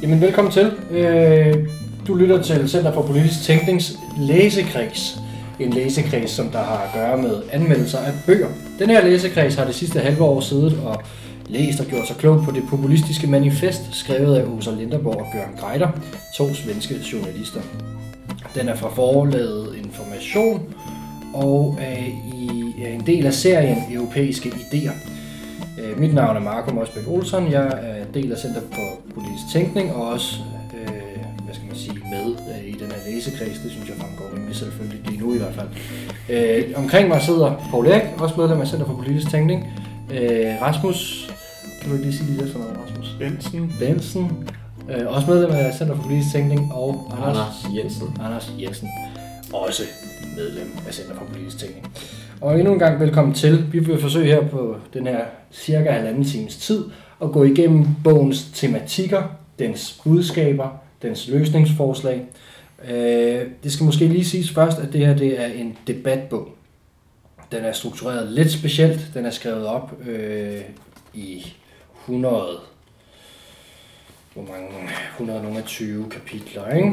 Jamen velkommen til. Du lytter til Center for Politisk Tænknings læsekreds. En læsekreds, som der har at gøre med anmeldelser af bøger. Den her læsekreds har det sidste halve år siddet og læst og gjort sig klog på det populistiske manifest, skrevet af Åsa Linderborg og Göran Greider, to svenske journalister. Den er fra forlaget Information og er en del af serien Europæiske Idéer. Mit navn er Marco Mosbæk Olsson. Jeg er del af Center for Politisk Tænkning og også med i den her læsekreds. Det synes jeg fremgår rimelig selvfølgelig lige nu i hvert fald. Omkring mig sidder Poul Erik, også medlem af Center for Politisk Tænkning. Rasmus, kan du lige sige lidt for noget, Rasmus? Bensen. Også medlem af Center for Politisk Tænkning. Og Anders Jensen. Også medlem af Center for Politisk Tænkning. Og endnu en gang velkommen til. Vi vil forsøge her på den her cirka 1,5 times tid at gå igennem bogens tematikker, dens budskaber, dens løsningsforslag. Det skal måske lige siges først, at det her det er en debatbog. Den er struktureret lidt specielt. Den er skrevet op i 120 kapitler, ikke?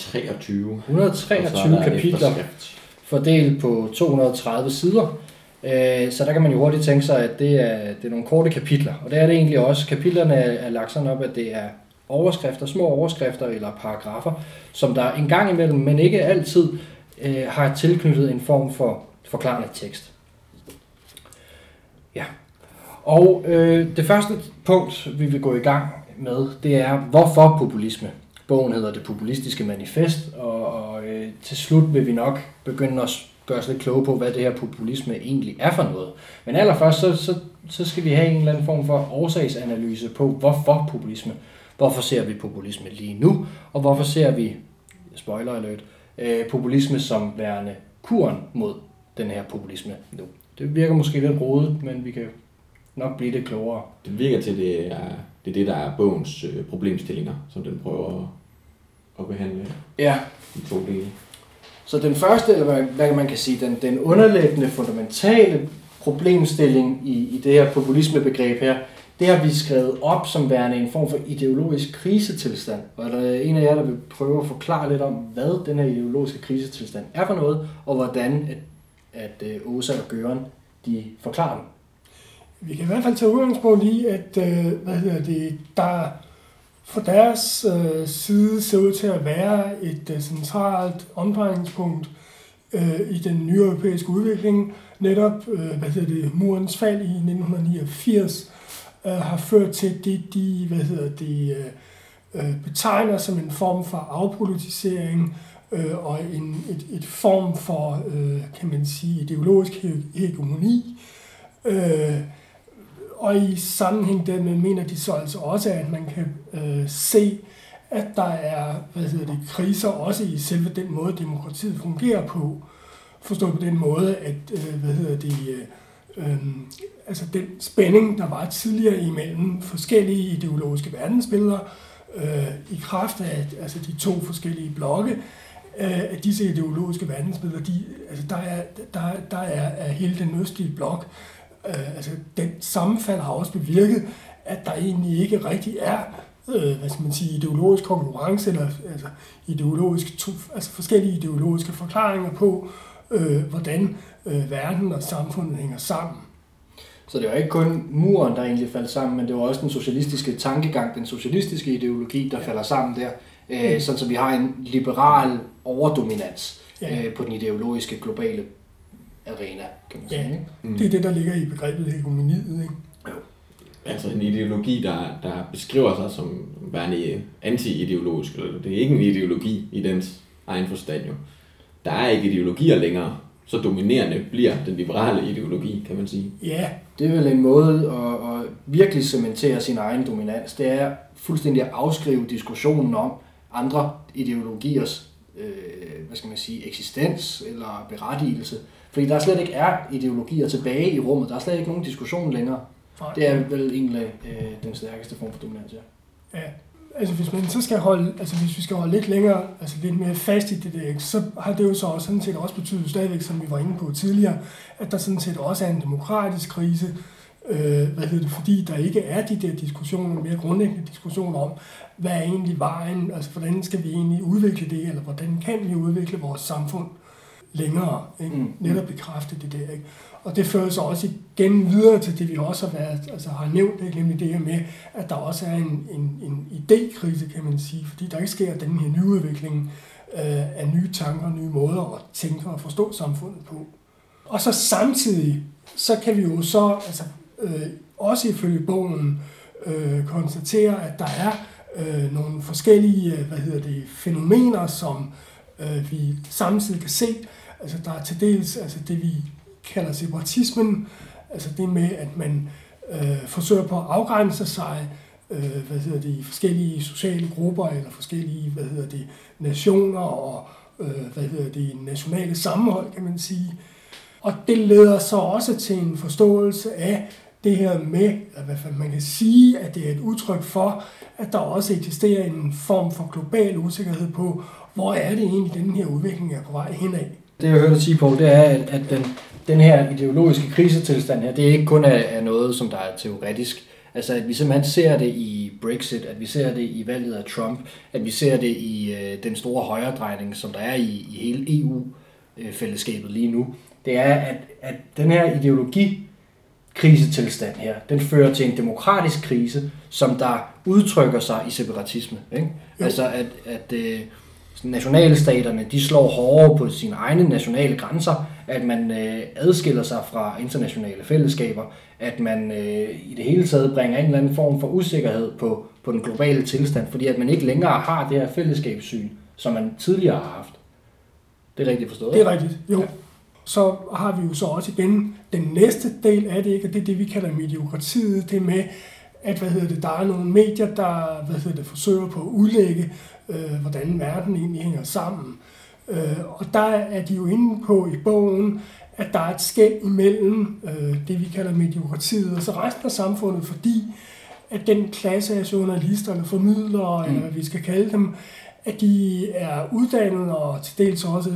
123 kapitler fordelt på 230 sider. Så der kan man jo hurtigt tænke sig, at det er nogle korte kapitler. Og det er det egentlig også. Kapitlerne er lagt sådan op, at det er overskrifter, små overskrifter eller paragrafer, som der en gang imellem, men ikke altid, har tilknyttet en form for forklarende tekst. Ja. Og det første punkt, vi vil gå i gang med, det er, hvorfor populisme? Bogen hedder Det Populistiske Manifest, og til slut vil vi nok begynde at gøre os lidt kloge på, hvad det her populisme egentlig er for noget. Men allerførst, så skal vi have en eller anden form for årsagsanalyse på, hvorfor populisme. Hvorfor ser vi populisme lige nu, og hvorfor ser vi, spoiler alert, populisme som værende kuren mod den her populisme nu. Det virker måske lidt rodet, men vi kan nok blive lidt klogere. Det virker til, det er det, der er bogens problemstillinger, som den prøver at behandle i 2 dele. Så den første, eller hvad man kan sige, den underliggende, fundamentale problemstilling i det her populismebegreb her, det har vi skrevet op som værende en form for ideologisk krisetilstand. Og der er en af jer, der vil prøve at forklare lidt om, hvad den her ideologiske krisetilstand er for noget, og hvordan at Åsa og Göran, de forklarer den. Vi kan i hvert fald tage udgangspunkt i, at der fra deres side ser ud til at være et centralt omdrejningspunkt i den nye europæiske udvikling. Netop murens fald i 1989 har ført til det, de betegner som en form for afpolitisering og et form for, kan man sige, ideologisk hegemoni. Og i sammenhæng dermed mener de så altså også, at man kan se, at der er kriser også i selve den måde, demokratiet fungerer på. Forstået på den måde, at altså den spænding, der var tidligere imellem forskellige ideologiske verdensbilleder, i kraft af de 2 forskellige blokke, af disse ideologiske verdensbilleder, der er hele den østlige blok. Den sammenfald har også bevirket, at der egentlig ikke rigtig er ideologisk konkurrence eller forskellige ideologiske forklaringer på, hvordan verden og samfundet hænger sammen. Så det var ikke kun muren, der egentlig faldt sammen, men det var også den socialistiske tankegang, den socialistiske ideologi, der falder sammen der, sådan så vi har en liberal overdominans på den ideologiske globale arena, kan man sige. Det er det, der ligger i begrebet hegemoniet, ikke? Jo. Altså en ideologi, der beskriver sig som værende anti-ideologisk, eller det er ikke en ideologi i dens egen forstand jo. Der er ikke ideologier længere, så dominerende bliver den liberale ideologi, kan man sige. Ja, det er vel en måde at virkelig cementere sin egen dominans. Det er fuldstændig at afskrive diskussionen om andre ideologiers eksistens eller berettigelse. Fordi der slet ikke er ideologier tilbage i rummet. Der er slet ikke nogen diskussion længere. Det er vel egentlig den stærkeste form for dominans, ja. Hvis vi skal holde lidt længere, lidt mere fast i det, så har det jo så også sådan set også betydet stadigvæk, som vi var inde på tidligere, at der sådan set også er en demokratisk krise, fordi der ikke er de der diskussioner, mere grundlæggende diskussioner om, hvad er egentlig vejen, altså hvordan skal vi egentlig udvikle det, eller hvordan kan vi udvikle vores samfund længere, ikke? Netop bekræfte det der, ikke? Og det fører så også igen videre til det, vi også har nævnt, ikke? Nemlig det her med, at der også er en idékrise, kan man sige, fordi der ikke sker den her nyudvikling af nye tanker, nye måder at tænke og forstå samfundet på. Og så samtidig, så kan vi jo så, også ifølge bogen, konstatere, at der er nogle forskellige fænomener, som vi samtidig kan se. Altså der er til dels det, vi kalder separatismen, altså det med, at man forsøger på at afgrænse sig i forskellige sociale grupper eller forskellige nationer og nationale sammenhold, kan man sige. Og det leder så også til en forståelse af det her med, eller i hvert fald man kan sige, at det er et udtryk for, at der også eksisterer en form for global usikkerhed på, hvor er det egentlig, den her udvikling er på vej henad. Det jeg hørte dig sige, Poul, det er, at den her ideologiske krisetilstand her, det er ikke kun af noget, som der er teoretisk. Altså at vi simpelthen ser det i Brexit, at vi ser det i valget af Trump, at vi ser det i den store højredrejning, som der er i hele EU-fællesskabet lige nu. Det er, at den her ideologikrisetilstand her, den fører til en demokratisk krise, som der udtrykker sig i separatisme. Ikke? Altså at nationalstaterne, de slår hårdere på sine egne nationale grænser, at man adskiller sig fra internationale fællesskaber, at man i det hele taget bringer en eller anden form for usikkerhed på den globale tilstand, fordi at man ikke længere har det her fællesskabssyn, som man tidligere har haft. Det er rigtigt forstået? Det er rigtigt, jo. Ja. Så har vi jo så også igen den næste del af det, ikke? Og det er det, vi kalder mediokratiet, det med, at der er nogle medier, der forsøger på at udlægge, hvordan verden egentlig hænger sammen. Og der er de jo inde på i bogen, at der er et skel imellem det, vi kalder mediokratiet, og så resten af samfundet, fordi at den klasse af journalister eller formidlere, eller hvad vi skal kalde dem, at de er uddannet og til dels også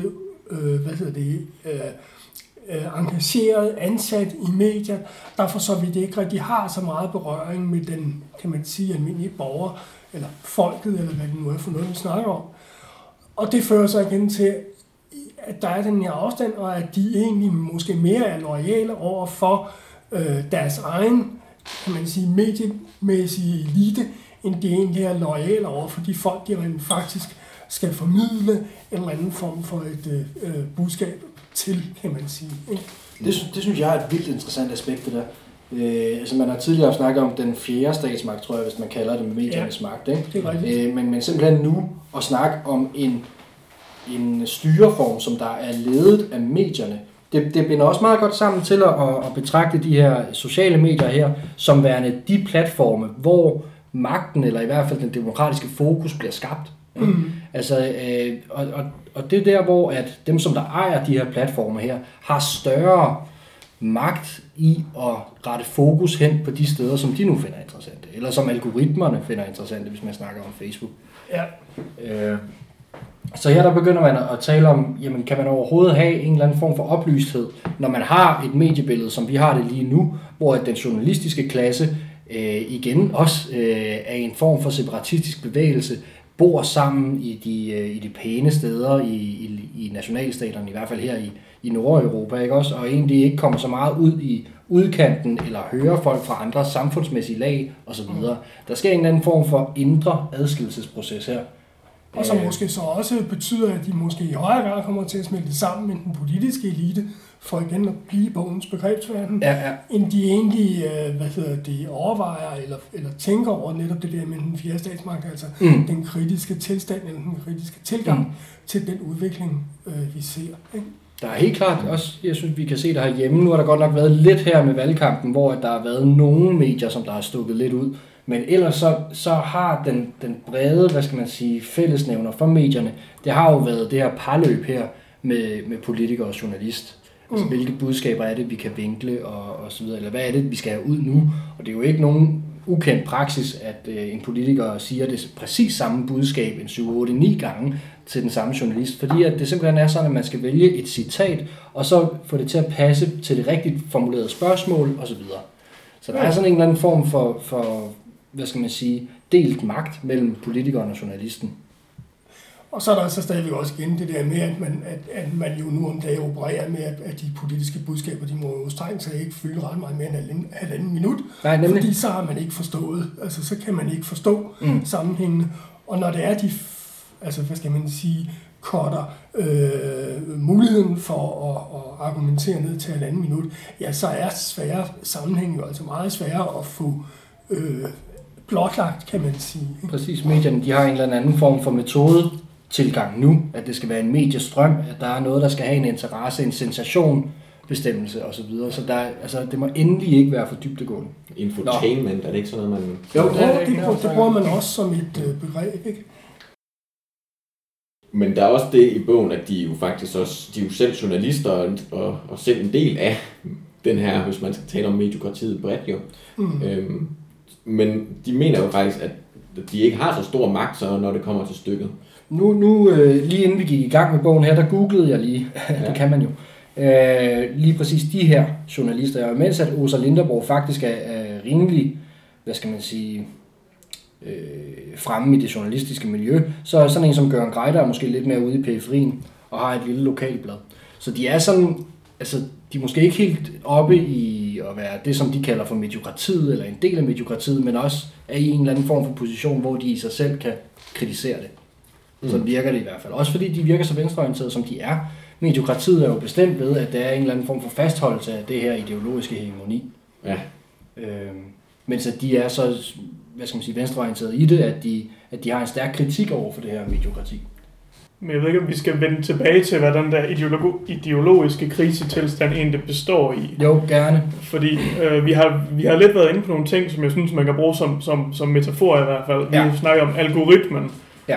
engageret, ansat i medier, der for så vidt ikke rigtig har så meget berøring med den, kan man sige, almindelige borger, eller folket, eller hvad det nu er for noget, vi snakker om. Og det fører så igen til, at der er den her afstand, og at de egentlig måske mere er loyale over for deres egen, kan man sige, mediemæssige elite, end de egentlig er loyale over for de folk, de rent faktisk skal formidle en eller anden form for et budskab til, kan man sige. Det synes jeg er et vildt interessant aspekt, det der. Man har tidligere snakket om den fjerde statsmagt, tror jeg, hvis man kalder det, med mediernes magt. Ikke? Det er rigtigt. Men simpelthen nu at snakke om en styreform, som der er ledet af medierne, det binder også meget godt sammen til at betragte de her sociale medier her, som værende de platforme, hvor magten, eller i hvert fald den demokratiske fokus, bliver skabt. Og det er der, hvor at dem, som der ejer de her platforme her, har større magt i at rette fokus hen på de steder, som de nu finder interessante, eller som algoritmerne finder interessante, hvis man snakker om Facebook. Ja. Så her der begynder man at tale om, jamen kan man overhovedet have en eller anden form for oplysthed, når man har et mediebillede, som vi har det lige nu, hvor den journalistiske klasse igen også er en form for separatistisk bevægelse, bor sammen i de pæne steder i nationalstaterne, i hvert fald her i Nordeuropa, ikke også? Og egentlig ikke kommer så meget ud i udkanten, eller hører folk fra andre samfundsmæssige lag osv. Der sker en eller anden form for indre adskillelsesproces her. Og som måske så også betyder, at de måske i højere grad kommer til at smelte sammen med den politiske elite, for igen at blive bogens begrebsverden, end de egentlig overvejer eller tænker over netop det der med den fjerde statsmagt, altså den kritiske tilstand eller den kritiske tilgang til den udvikling, vi ser. Ikke? Der er helt klart også, jeg synes, vi kan se det herhjemme. Nu har der godt nok været lidt her med valgkampen, hvor der har været nogle medier, som der har stukket lidt ud. Men ellers så har den brede, fællesnævner for medierne, det har jo været det her parløb her med politikere og journalist. Altså, hvilke budskaber er det, vi kan vinkle og så videre, eller hvad er det, vi skal have ud nu? Og det er jo ikke nogen ukendt praksis, at en politiker siger det præcis samme budskab en 7-8-9 gange til den samme journalist, fordi at det simpelthen er sådan, at man skal vælge et citat, og så få det til at passe til det rigtigt formulerede spørgsmål osv. Så der er sådan en eller anden form for hvad skal man sige, delt magt mellem politikeren og journalisten. Og så er der så stadigvæk også igen det der med, at man jo nu om dagen opererer med, at de politiske budskaber, de må jo strengt sig ikke fylde ret meget mere end halvanden minut. Nej, fordi så har man ikke forstået, altså så kan man ikke forstå sammenhængene. Og når det er de, altså hvad skal man sige, cutter muligheden for at argumentere ned til halvanden minut, ja, så er svære sammenhæng jo altså meget svære at få blotlagt, kan man sige. Præcis, medierne, de har en eller anden form for metodetilgang nu, at det skal være en mediestrøm, at der er noget, der skal have en interesse, en sensationbestemmelse osv. Så der, altså, det må endelig ikke være for dybdegående. Infotainment, er det ikke sådan noget, man... Jo, det bruger man også som et begreb, ikke? Men der er også det i bogen, at de jo faktisk også, de er jo selv journalister og selv en del af den her, hvis man skal tale om mediokratiet bredt jo. Men de mener jo faktisk, at de ikke har så stor magt, så når det kommer til stykket. Nu lige inden vi gik i gang med bogen her, der googlede jeg lige, det kan man jo, lige præcis de her journalister. Og mens at Åsa Linderborg faktisk er rimelig, hvad skal man sige, fremme i det journalistiske miljø, så er sådan en som Gøran Greider måske lidt mere ude i periferien og har et lille lokalblad. Så de er sådan, altså de er måske ikke helt oppe i at være det, som de kalder for mediokratiet, eller en del af mediokratiet, men også er i en eller anden form for position, hvor de i sig selv kan kritisere det. Så virker det i hvert fald. Også fordi de virker så venstreorienterede, som de er. Mediokratiet er jo bestemt ved, at der er en eller anden form for fastholdelse af det her ideologiske hegemoni. Ja. Mens at de er så, hvad skal man sige, venstreorienterede i det, at de har en stærk kritik over for det her mediokrati. Men jeg ved ikke, om vi skal vende tilbage til, hvad den der ideologiske krisetilstand egentlig består i. Jo, gerne. Fordi vi har lidt været inde på nogle ting, som jeg synes, man kan bruge som metafor i hvert fald. Ja. Vi snakker om algoritmen, ja.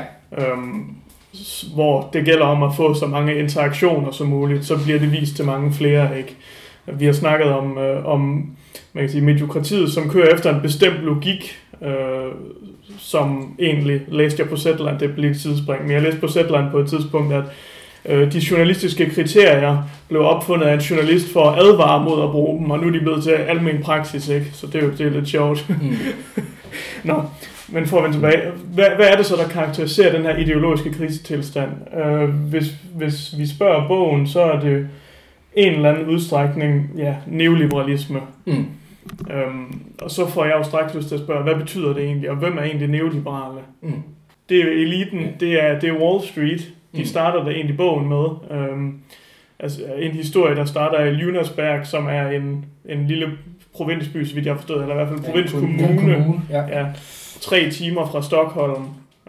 Hvor det gælder om at få så mange interaktioner som muligt, så bliver det vist til mange flere, ikke? Vi har snakket om man kan sige, mediokratiet, som kører efter en bestemt logik, som egentlig læste jeg på Zetland, det blev et tidsspring, men jeg læste på Zetland på et tidspunkt, at de journalistiske kriterier blev opfundet af en journalist for at advare mod at bruge dem, og nu er de blevet til almen praksis, ikke? Så det er lidt sjovt. Nå, men for at vende tilbage, hvad er det så, der karakteriserer den her ideologiske krisetilstand? Hvis vi spørger bogen, så er det en eller anden udstrækning, ja, neoliberalisme. Og så får jeg jo straks lyst til at spørge, hvad betyder det egentlig, og hvem er egentlig neoliberale? Det er eliten, det er Wall Street. De starter der egentlig bogen med. Altså en historie, der starter i Ljusnarsberg, som er en lille provinsby, så vidt jeg har forstået, eller i hvert fald en provinskommune. Ja. 3 timer fra Stockholm,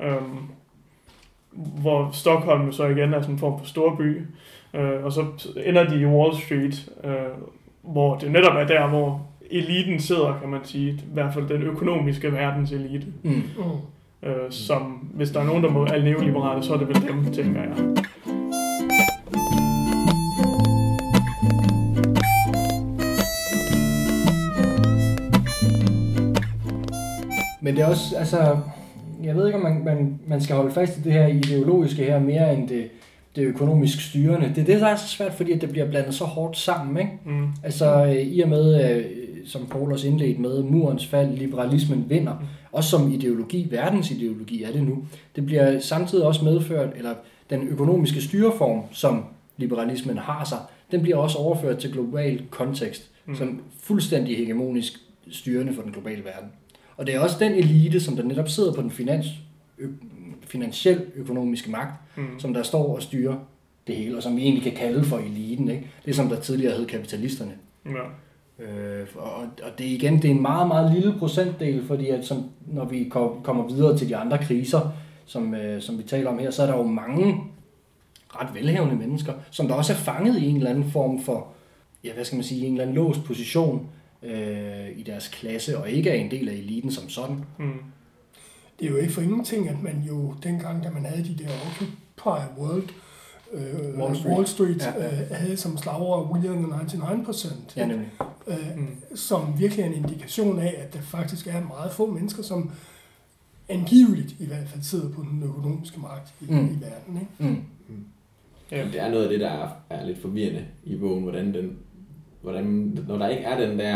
hvor Stockholm så igen er sådan en form for storby. Og så ender de i Wall Street, hvor det netop er der, hvor eliten sidder, kan man sige. I hvert fald den økonomiske verdens elite. Som, hvis der er nogen, der må være neoliberale, så er det vel dem, tænker jeg. Men det er også, altså, jeg ved ikke, om man skal holde fast i det her ideologiske her, mere end det økonomisk styrende. Det er det, der er så svært, fordi at det bliver blandet så hårdt sammen, ikke? Altså, i og med, som Paul også indledte med, murens fald, liberalismen vinder, også som ideologi, verdensideologi er det nu. Det bliver samtidig også medført, eller den økonomiske styreform, som liberalismen har sig, den bliver også overført til global kontekst, som fuldstændig hegemonisk styrende for den globale verden. Og det er også den elite, som der netop sidder på den finansiel økonomiske magt, som der står og styrer det hele, og som vi egentlig kan kalde for eliten, ikke? Det som der tidligere hed kapitalisterne. Ja. Og det igen, det er en meget, meget lille procentdel, fordi at når vi kommer videre til de andre kriser, som vi taler om her, så er der jo mange ret velhavende mennesker, som der også er fanget i en eller anden form for, ja, hvad skal man sige, en eller anden låst position i deres klasse, og ikke er en del af eliten som sådan. Det er jo ikke for ingenting, at man jo dengang, da man havde de der Occupy Wall Street havde som slagord We are the 99%. Ja, nemlig. Som virkelig er en indikation af, at der faktisk er meget få mennesker, som angiveligt i hvert fald sidder på den økonomiske magt i verden. Ikke? Ja. Det er noget af det, der er lidt forvirrende i bogen, hvordan når der ikke er den der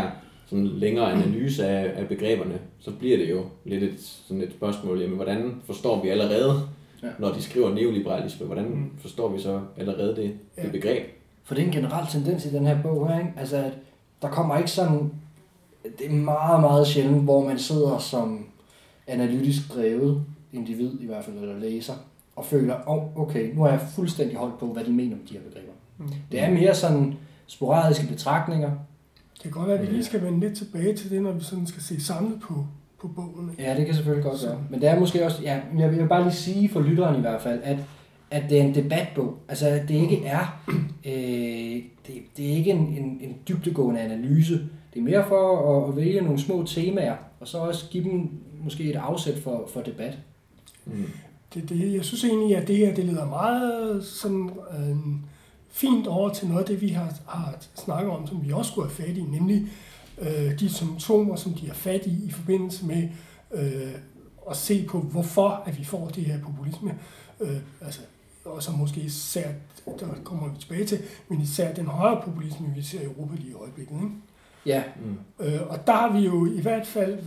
sådan længere analyse af begreberne, så bliver det jo lidt sådan et spørgsmål, jamen hvordan forstår vi allerede, når de skriver neoliberalisme, hvordan forstår vi så allerede det begreb? For det er en generel tendens i den her bog her, ikke? Altså, at der kommer ikke sådan, det er meget, meget sjældent, hvor man sidder som analytisk drevet individ, i hvert fald, eller læser, og føler, okay, nu har jeg fuldstændig holdt på, hvad de mener om de her begreber. Det er mere sådan sporadiske betragtninger. Det kan godt være, at vi lige skal vende lidt tilbage til det, når vi sådan skal se samlet på bogen. Ja, det kan selvfølgelig godt være. Men det er måske også, jeg vil bare lige sige for lytteren i hvert fald, at det er en debatbog. Altså, det ikke er, det er ikke en dybdegående analyse. Det er mere for at vælge nogle små temaer, og så også give dem måske et afsæt for debat. Jeg synes egentlig, at det her det leder meget sådan, fint over til noget af det, vi har snakket om, som vi også skulle have fat i, nemlig de symptomer, som de har fat i forbindelse med at se på, hvorfor at vi får det her populisme. Og så måske især, der kommer vi tilbage til, men især den højere populisme, vi ser i Europa lige i øjeblikket. Ikke? Ja. Og der har vi jo i hvert fald,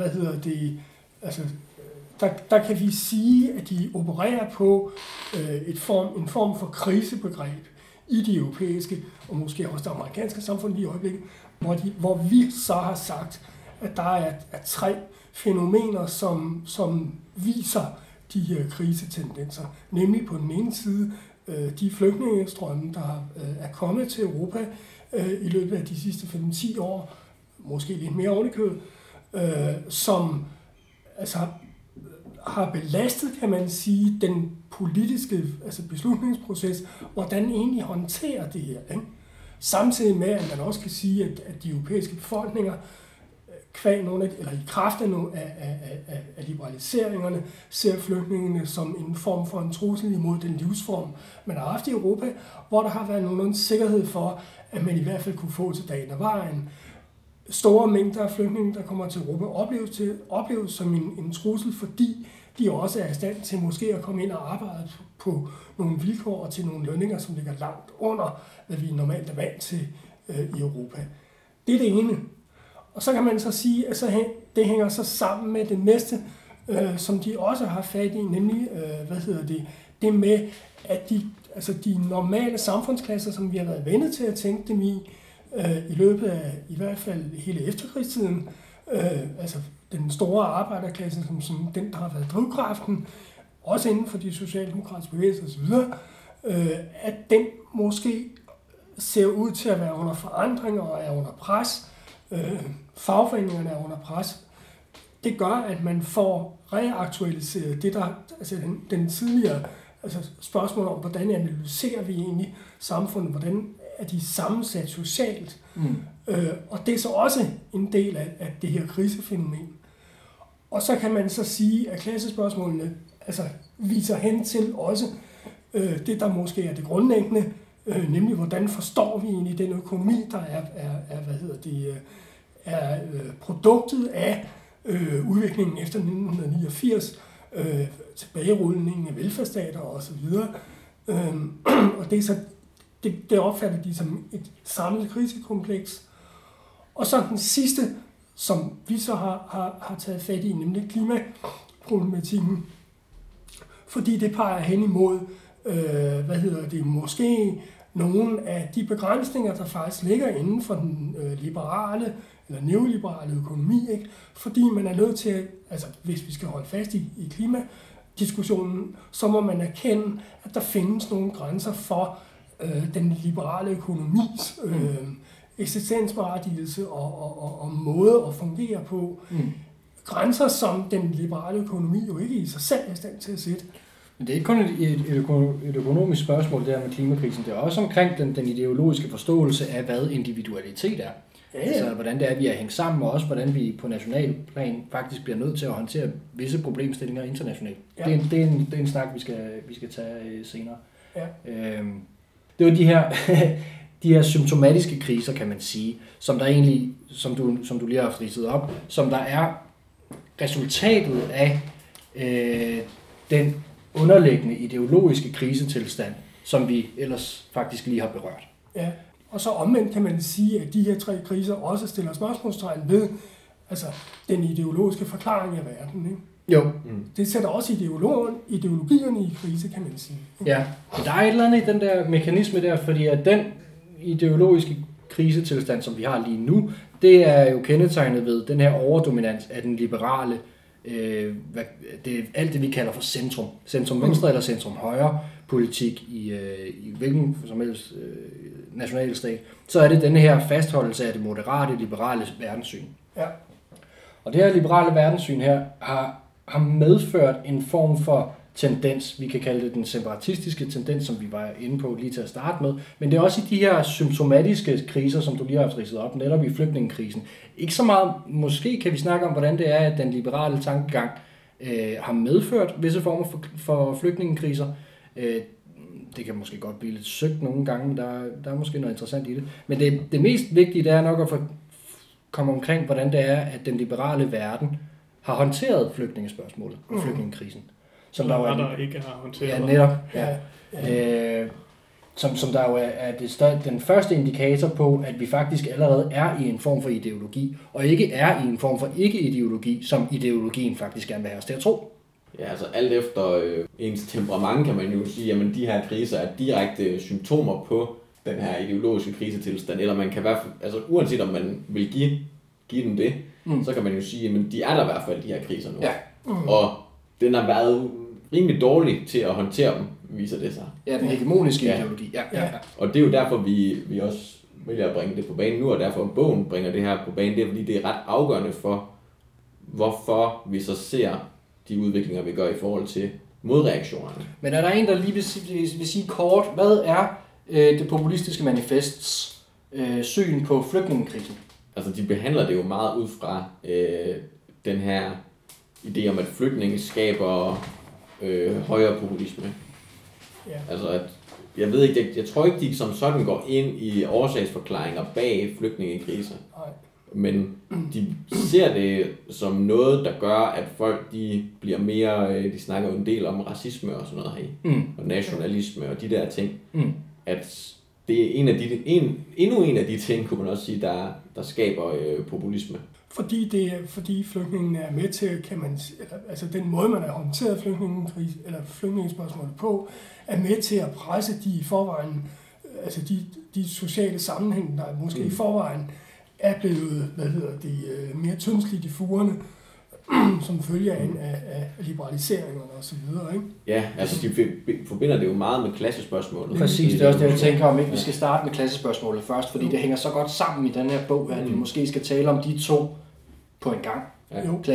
der kan vi sige, at de opererer på en form for krisebegreb i de europæiske, og måske også det amerikanske samfund lige i øjeblikket, hvor vi så har sagt, at der er 3 fænomener, som viser de her krisetendenser. Nemlig på den ene side de flygtningestrømme, der er kommet til Europa i løbet af de sidste 5-10 år, måske lidt mere ovenikøbet, som altså har belastet, kan man sige, den politiske beslutningsproces, hvordan egentlig håndterer det her. Ikke? Samtidig med, at man også kan sige, at de europæiske befolkninger, i kraft af liberaliseringerne, ser flygtningene som en form for en trussel imod den livsform, man har haft i Europa, hvor der har været nogen sikkerhed for, at man i hvert fald kunne få til dagen af vejen. Store mængder af flygtninge, der kommer til Europa, opleves som en trussel, fordi de også er i stand til måske at komme ind og arbejde på nogle vilkår og til nogle lønninger, som ligger langt under, hvad vi normalt er vant til i Europa. Det er det ene. Og så kan man så sige, at det hænger så sammen med det næste, som de også har fat i, nemlig det med, at de normale samfundsklasser, som vi har været vendet til at tænke dem i løbet af i hvert fald hele efterkrigstiden, den store arbejderklasse, som den, der har været drivkraften, også inden for de socialdemokratiske bevægelser osv., at den måske ser ud til at være under forandring og er under pres. Fagforeningerne er under pres. Det gør, at man får reaktualiseret det, der, den tidligere spørgsmål om, hvordan analyserer vi egentlig samfundet, hvordan er de sammensat socialt. Og det er så også en del af det her krisefænomen. Og så kan man så sige, at klassespørgsmålene viser hen til også det, der måske er det grundlæggende, nemlig hvordan forstår vi egentlig den økonomi, der er produktet af udviklingen efter 1989, tilbagerulningen af velfærdsstater osv. Og det er så det opfatter de som et samlet krisekompleks. Og så den sidste, som vi så har taget fat i, nemlig klimaproblematikken, fordi det peger hen imod, måske nogle af de begrænsninger, der faktisk ligger inden for den liberale eller neoliberale økonomi, ikke? Fordi man er nødt til, hvis vi skal holde fast i klimadiskussionen, så må man erkende, at der findes nogle grænser for den liberale økonomis eksistensberettigelse og måde at fungere på. Grænser, som den liberale økonomi jo ikke i sig selv er i stand til at sætte. Men det er ikke kun et økonomisk spørgsmål, det her med klimakrisen. Det er også omkring den ideologiske forståelse af, hvad individualitet er. Ja. Altså, hvordan det er, vi er hængt sammen, og også hvordan vi på national plan faktisk bliver nødt til at håndtere visse problemstillinger internationalt. Ja. Det er en snak, vi skal tage senere. Ja. Det var de her symptomatiske kriser, kan man sige, som der egentlig, som du lige har ridset op, som der er resultatet af den underliggende ideologiske krisetilstand, som vi ellers faktisk lige har berørt. Ja, Og så omvendt kan man sige, at de her 3 kriser også stiller spørgsmålstegn ved altså, den ideologiske forklaring af verden. Ikke? Jo. Det sætter også ideologierne i krise, kan man sige. Ja, der er et eller andet i den der mekanisme der, fordi at den ideologiske krisetilstand, som vi har lige nu, det er jo kendetegnet ved den her overdominans af den liberale, alt det vi kalder for centrum. Centrum venstre eller centrum højre politik i hvilken som helst nationalstat. Så er det denne her fastholdelse af det moderate, liberale verdenssyn. Ja. Og det her liberale verdenssyn her har medført en form for tendens, vi kan kalde det den separatistiske tendens, som vi var inde på lige til at starte med, men det er også i de her symptomatiske kriser, som du lige har ridset op, netop i flygtningekrisen. Ikke så meget, måske kan vi snakke om, hvordan det er, at den liberale tankegang har medført visse former for flygtningekriser. Det kan måske godt blive lidt søgt nogle gange, der er måske noget interessant i det, men det mest vigtige, det er nok at komme omkring, hvordan det er, at den liberale verden har håndteret flygtningespørgsmålet og flygtningekrisen. Som der ikke har håndteret. Ja, netop. Ja. Som der jo er den første indikator på, at vi faktisk allerede er i en form for ideologi, og ikke er i en form for ikke-ideologi, som ideologien faktisk gerne vil have os til at tro. Ja, altså alt efter ens temperament kan man jo sige, at de her kriser er direkte symptomer på den her ideologiske krisetilstand, eller man kan i hvert fald, altså uanset om man vil give dem det, så kan man jo sige, at de er der i hvert fald, de her kriser nu. Ja. Og den har været rimelig dårlig til at håndtere dem, viser det sig. Ja, den hegemoniske ideologi. Ja. Og det er jo derfor, vi også vælger at bringe det på banen nu, og derfor bogen bringer det her på banen, det er fordi, det er ret afgørende for, hvorfor vi så ser de udviklinger, vi gør i forhold til modreaktionerne. Men er der en, der lige vil sige kort, hvad er det populistiske manifests syn på flygtningekrisen? Altså, de behandler det jo meget ud fra den her idé om, at flygtninge skaber højere populisme. Ja. Altså, at, jeg ved ikke, jeg tror ikke, de som sådan går ind i årsagsforklaringer bag flygtningekriser. Nej. Men de ser det som noget, der gør, at folk de bliver mere, de snakker jo en del om racisme og sådan noget her, og nationalisme og de der ting, at det er endnu en af de ting, kunne man også sige, der skaber populisme. Fordi flygtningen er med til, kan man, altså den måde, man har håndteret flygtningespørgsmålet på, er med til at presse de i forvejen, altså de sociale sammenhæng, der måske i forvejen er blevet, mere tyndsligt i fugerne, som følger af liberaliseringerne og så videre, ikke? Ja, altså de forbinder det jo meget med klassespørgsmålet. Præcis, det er også det, jeg tænker om, ikke vi skal starte med klassespørgsmålet først, fordi det hænger så godt sammen i den her bog, at vi måske skal tale om de to på en gang. Ja.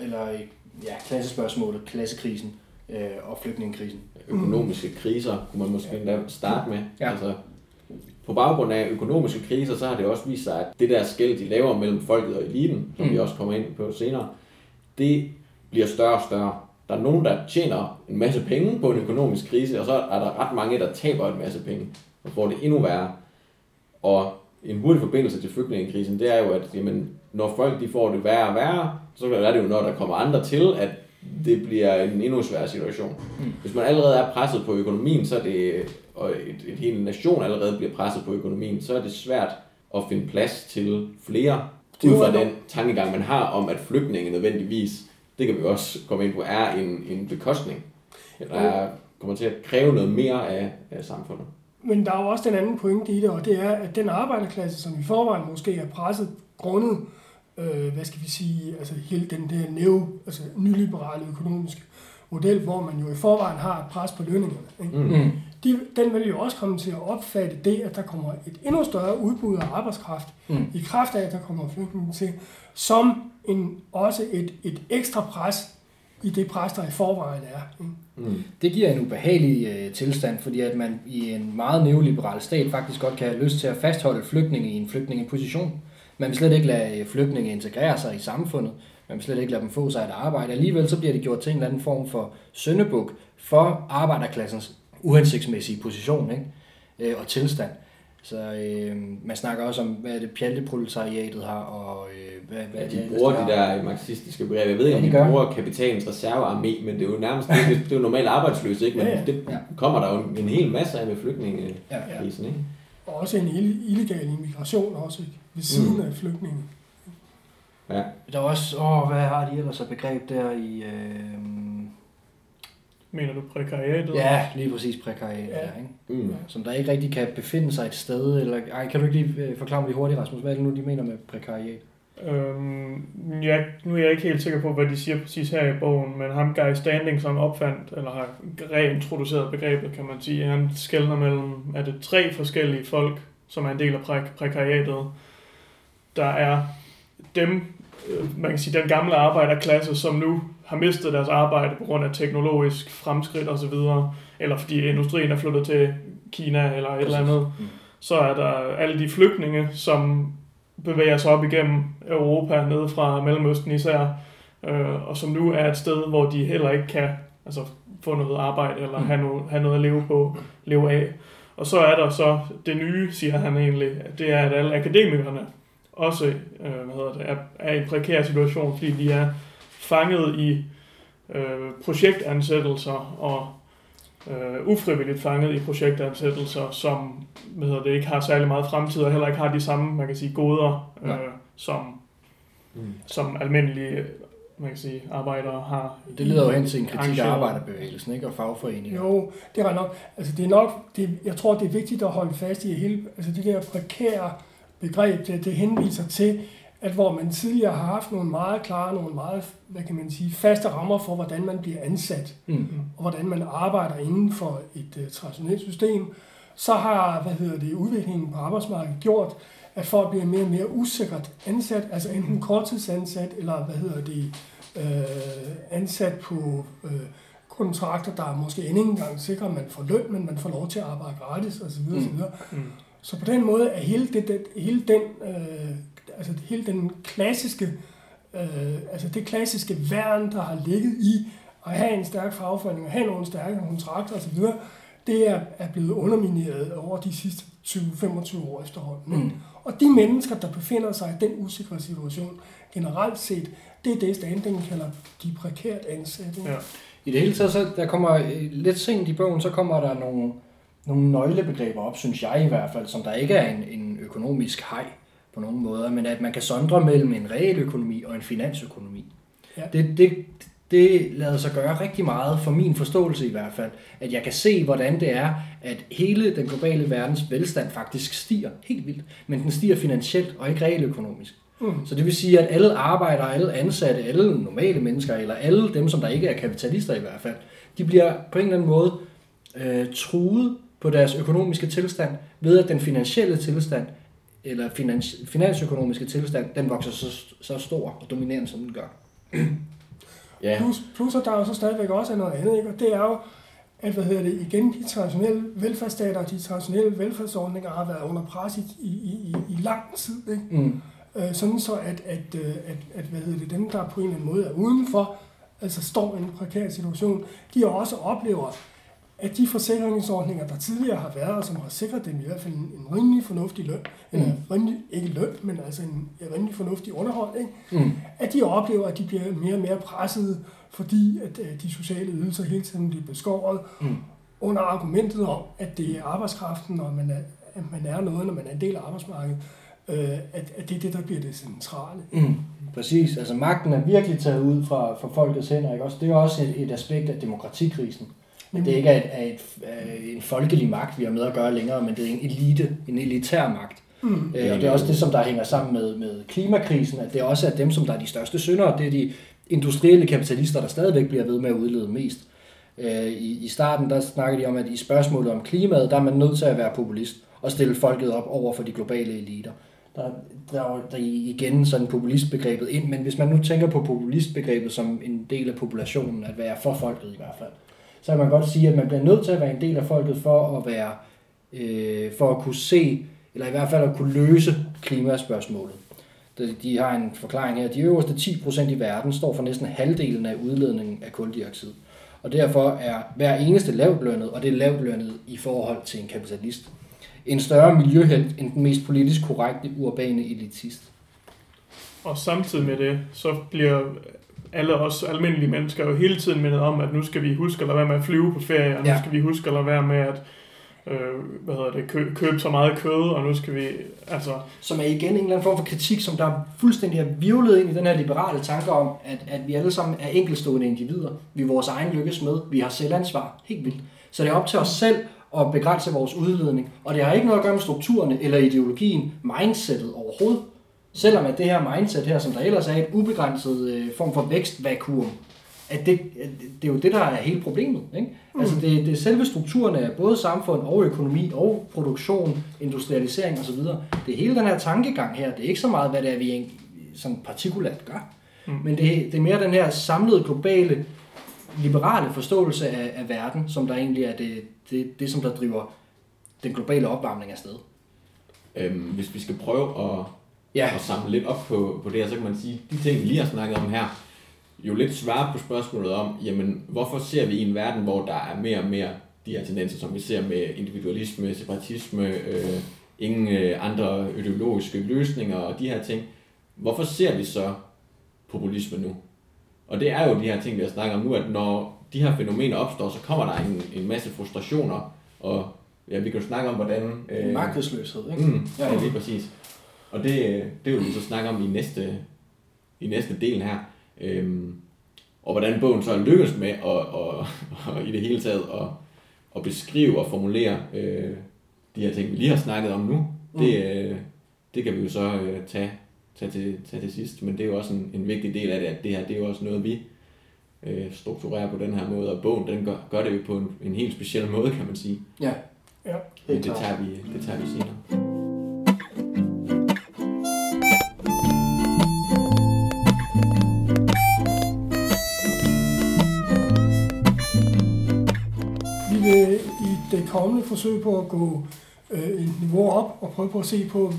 Klassespørgsmålet, klassekrisen og flygtningekrisen. Økonomiske kriser kunne man måske endda starte med. Ja. Altså, på baggrund af økonomiske kriser, så har det også vist sig, at det der skel, de laver mellem folket og eliten, som vi også kommer ind på senere, det bliver større og større. Der er nogen, der tjener en masse penge på en økonomisk krise, og så er der ret mange, der taber en masse penge, og får det endnu værre. Og en hurtig forbindelse til flygtningekrisen, det er jo, at jamen, når folk de får det værre og værre, så er det jo, når der kommer andre til, at det bliver en endnu sværere situation. Hvis man allerede er presset på økonomien, så er det, og et helt nation allerede bliver presset på økonomien, så er det svært at finde plads til flere, ud fra den tankegang, man har om, at flygtninge nødvendigvis, det kan vi også komme ind på, er en bekostning. Der kommer til at kræve noget mere af samfundet. Men der er jo også den anden pointe i det, og det er, at den arbejderklasse, som i forvejen måske er presset grundet, hele den der nyliberale økonomiske model, hvor man jo i forvejen har et pres på lønningerne. Ikke? Den vil jo også komme til at opfatte det, at der kommer et endnu større udbud af arbejdskraft, i kraft af, at der kommer flygtninge til, som også et ekstra pres i det pres, der i forvejen er. Det giver en ubehagelig tilstand, fordi at man i en meget neoliberal stat faktisk godt kan have lyst til at fastholde flygtninge i en flygtningeposition. Man vil slet ikke lade flygtninge integrere sig i samfundet. Man vil slet ikke lade dem få sig et arbejde. Alligevel så bliver det gjort til en eller anden form for syndebuk for arbejderklassens uhensigtsmæssige position, ikke? Og tilstand. Så man snakker også om, hvad det pjalteproletariatet har, og hvad de bruger de der marxistiske begreber. Jeg ved ikke, om de bruger kapitalens reservearmé, men det er jo nærmest det er jo normalt arbejdsløse, ikke? Men det kommer der jo en hel masse af med flygtningekrisen, ikke? og også en illegal immigration også, ikke? Ved siden af flygtninge. Ja. Der er også, hvad har de ellers af begreb der i... Mener du prekariatet? Ja, lige præcis prekariat, Ja. ikke? Som der ikke rigtig kan befinde sig et sted, eller... kan du ikke lige forklare mig det hurtigt, Rasmus? Hvad er det nu, de mener med prekariat? Nu er jeg ikke helt sikker på, hvad de siger præcis her i bogen, men ham Guy Standing, som opfandt, eller har reintroduceret begrebet, kan man sige, han skelner mellem, er det 3 forskellige folk, som er en del af prekariatet. Der er dem, man kan sige, den gamle arbejderklasse, som nu har mistet deres arbejde på grund af teknologisk fremskridt osv., eller fordi industrien er flyttet til Kina eller et eller andet. Så er der alle de flygtninge, som bevæger sig op igennem Europa, ned fra Mellemøsten især, og som nu er et sted, hvor de heller ikke kan få noget arbejde eller have noget at leve af. Og så er der så det nye, siger han egentlig, det er, at alle akademikerne også er i en prekær situation, fordi de er fanget i projektansættelser og ufrivilligt fanget i projektansættelser, som ikke har særlig meget fremtid og heller ikke har de samme, man kan sige, goder, som almindelige, man kan sige, arbejdere har. Det leder jo hen til en kritik af arbejderbevægelsen, ikke? Og fagforeninger. Jo, det er nok. Jeg tror, det er vigtigt at holde fast i hele, det der prekære begreb, det henviser til, at hvor man tidligere har haft nogle meget klare, nogle meget, hvad kan man sige, faste rammer for, hvordan man bliver ansat, og hvordan man arbejder inden for et traditionelt system, så har, udviklingen på arbejdsmarkedet gjort, at folk bliver mere og mere usikkert ansat, altså enten korttidsansat, eller ansat på kontrakter, der måske ikke engang sikrer, at man får løn, men man får lov til at arbejde gratis, osv. Så på den måde er hele den klassiske, det klassiske værn, der har ligget i at have en stærk fagforening, og have nogle stærke kontrakter osv., det er blevet undermineret over de sidste 20-25 år efterhånden. Og de mennesker, der befinder sig i den usikre situation, generelt set, det er det, Standing kalder de prekært ansatte. Ja. I det hele taget, så der kommer lidt sent i bogen, så kommer der nogle nøglebegreber op, synes jeg i hvert fald, som der ikke er en økonomisk hej på nogen måder, men at man kan sondre mellem en realøkonomi og en finansøkonomi. Ja. Det lader sig gøre rigtig meget, for min forståelse i hvert fald, at jeg kan se, hvordan det er, at hele den globale verdens velstand faktisk stiger helt vildt, men den stiger finansielt og ikke realøkonomisk. Så det vil sige, at alle arbejdere, alle ansatte, alle normale mennesker, eller alle dem, som der ikke er kapitalister i hvert fald, de bliver på en eller anden måde truet på deres økonomiske tilstand, ved at den finansielle tilstand, eller finansøkonomiske tilstand, den vokser så stor og dominerende, som den gør. Yeah. Plus at der jo så stadigvæk også er noget andet, ikke? Og det er jo, at igen, de traditionelle velfærdsstater og de traditionelle velfærdsordninger har været under pres i lang tid, ikke? Sådan så at dem, der på en eller anden måde er udenfor, altså står i en prekær situation, de også oplever, at de forsikringsordninger, der tidligere har været, og som har sikret dem i hvert fald en rimelig fornuftig løn, ikke løn, men altså en rimelig fornuftig underhold, ikke? At de oplever, at de bliver mere og mere presset, fordi at de sociale ydelser hele tiden bliver beskåret, under argumentet om, at det er arbejdskraften, og at man er noget, når man er en del af arbejdsmarkedet, at det er det, der bliver det centrale. Præcis, altså magten er virkelig taget ud fra folkets hænder, ikke også? Det er også et aspekt af demokratikrisen. Det ikke er en folkelig magt, vi har med at gøre længere, men det er en elitær magt. Og det er også det, som der hænger sammen med klimakrisen, at det også er dem, som der er de største syndere. Det er de industrielle kapitalister, der stadigvæk bliver ved med at udlede mest. I starten, der snakker de om, at i spørgsmålet om klimaet, der er man nødt til at være populist og stille folket op over for de globale eliter. Der er igen sådan populistbegrebet ind, men hvis man nu tænker på populistbegrebet som en del af populationen, at være for folket i hvert fald, så kan man godt sige, at man bliver nødt til at være en del af folket for at kunne se, eller i hvert fald at kunne løse klimaspørgsmålet. De har en forklaring her. De øverste 10% i verden står for næsten halvdelen af udledningen af kuldioxid. Og derfor er hver eneste lavtlønnet, og det er lavtlønnet i forhold til en kapitalist, en større miljøhelt end den mest politisk korrekte urbane elitist. Og samtidig med det, så bliver alle os almindelige mennesker jo hele tiden mindet om, at nu skal vi huske at lade være med at flyve på ferie, og nu skal vi huske at lade være med købe så meget kød, og nu skal vi, altså... Som er igen en eller anden form for kritik, som der fuldstændig er virvlet ind i den her liberale tanke om, at vi alle sammen er enkeltstående individer. Vi er vores egen lykkes med. Vi har selvansvar. Helt vildt. Så det er op til os selv at begrænse vores udledning. Og det har ikke noget at gøre med strukturerne eller ideologien, mindsetet overhovedet. Selvom at det her mindset her, som der ellers er et ubegrænset form for vækstvakuum, at det er jo det, der er hele problemet. Ikke? Altså det er selve strukturerne af både samfund og økonomi og produktion, industrialisering osv. Det er hele den her tankegang her. Det er ikke så meget, hvad det er, vi sådan partikulært gør. Men det er mere den her samlede, globale, liberale forståelse af verden, som der egentlig er det som der driver den globale opvarmning afsted. Hvis vi skal prøve at samle lidt op på det her, så kan man sige, de ting, vi lige har snakket om her, jo lidt svare på spørgsmålet om, jamen, hvorfor ser vi i en verden, hvor der er mere og mere de her tendenser, som vi ser med individualisme, separatisme, ingen andre ideologiske løsninger og de her ting. Hvorfor ser vi så populisme nu? Og det er jo de her ting, vi har snakket om nu, at når de her fænomener opstår, så kommer der en masse frustrationer, og ja, vi kan jo snakke om, hvordan... magtesløshed, ikke? Ja, lige præcis. Og det vil vi så snakke om i næste del her. Og hvordan bogen så lykkes med at i det hele taget at beskrive og formulere de her ting, vi lige har snakket om nu, det kan vi jo så tage til sidst, men det er jo også en vigtig del af det, at det her, det er jo også noget, vi strukturerer på den her måde, og bogen, den gør det jo på en helt speciel måde, kan man sige. Ja. Men det tager vi senere. I det kommende forsøg på at gå et niveau op og prøve på at se på,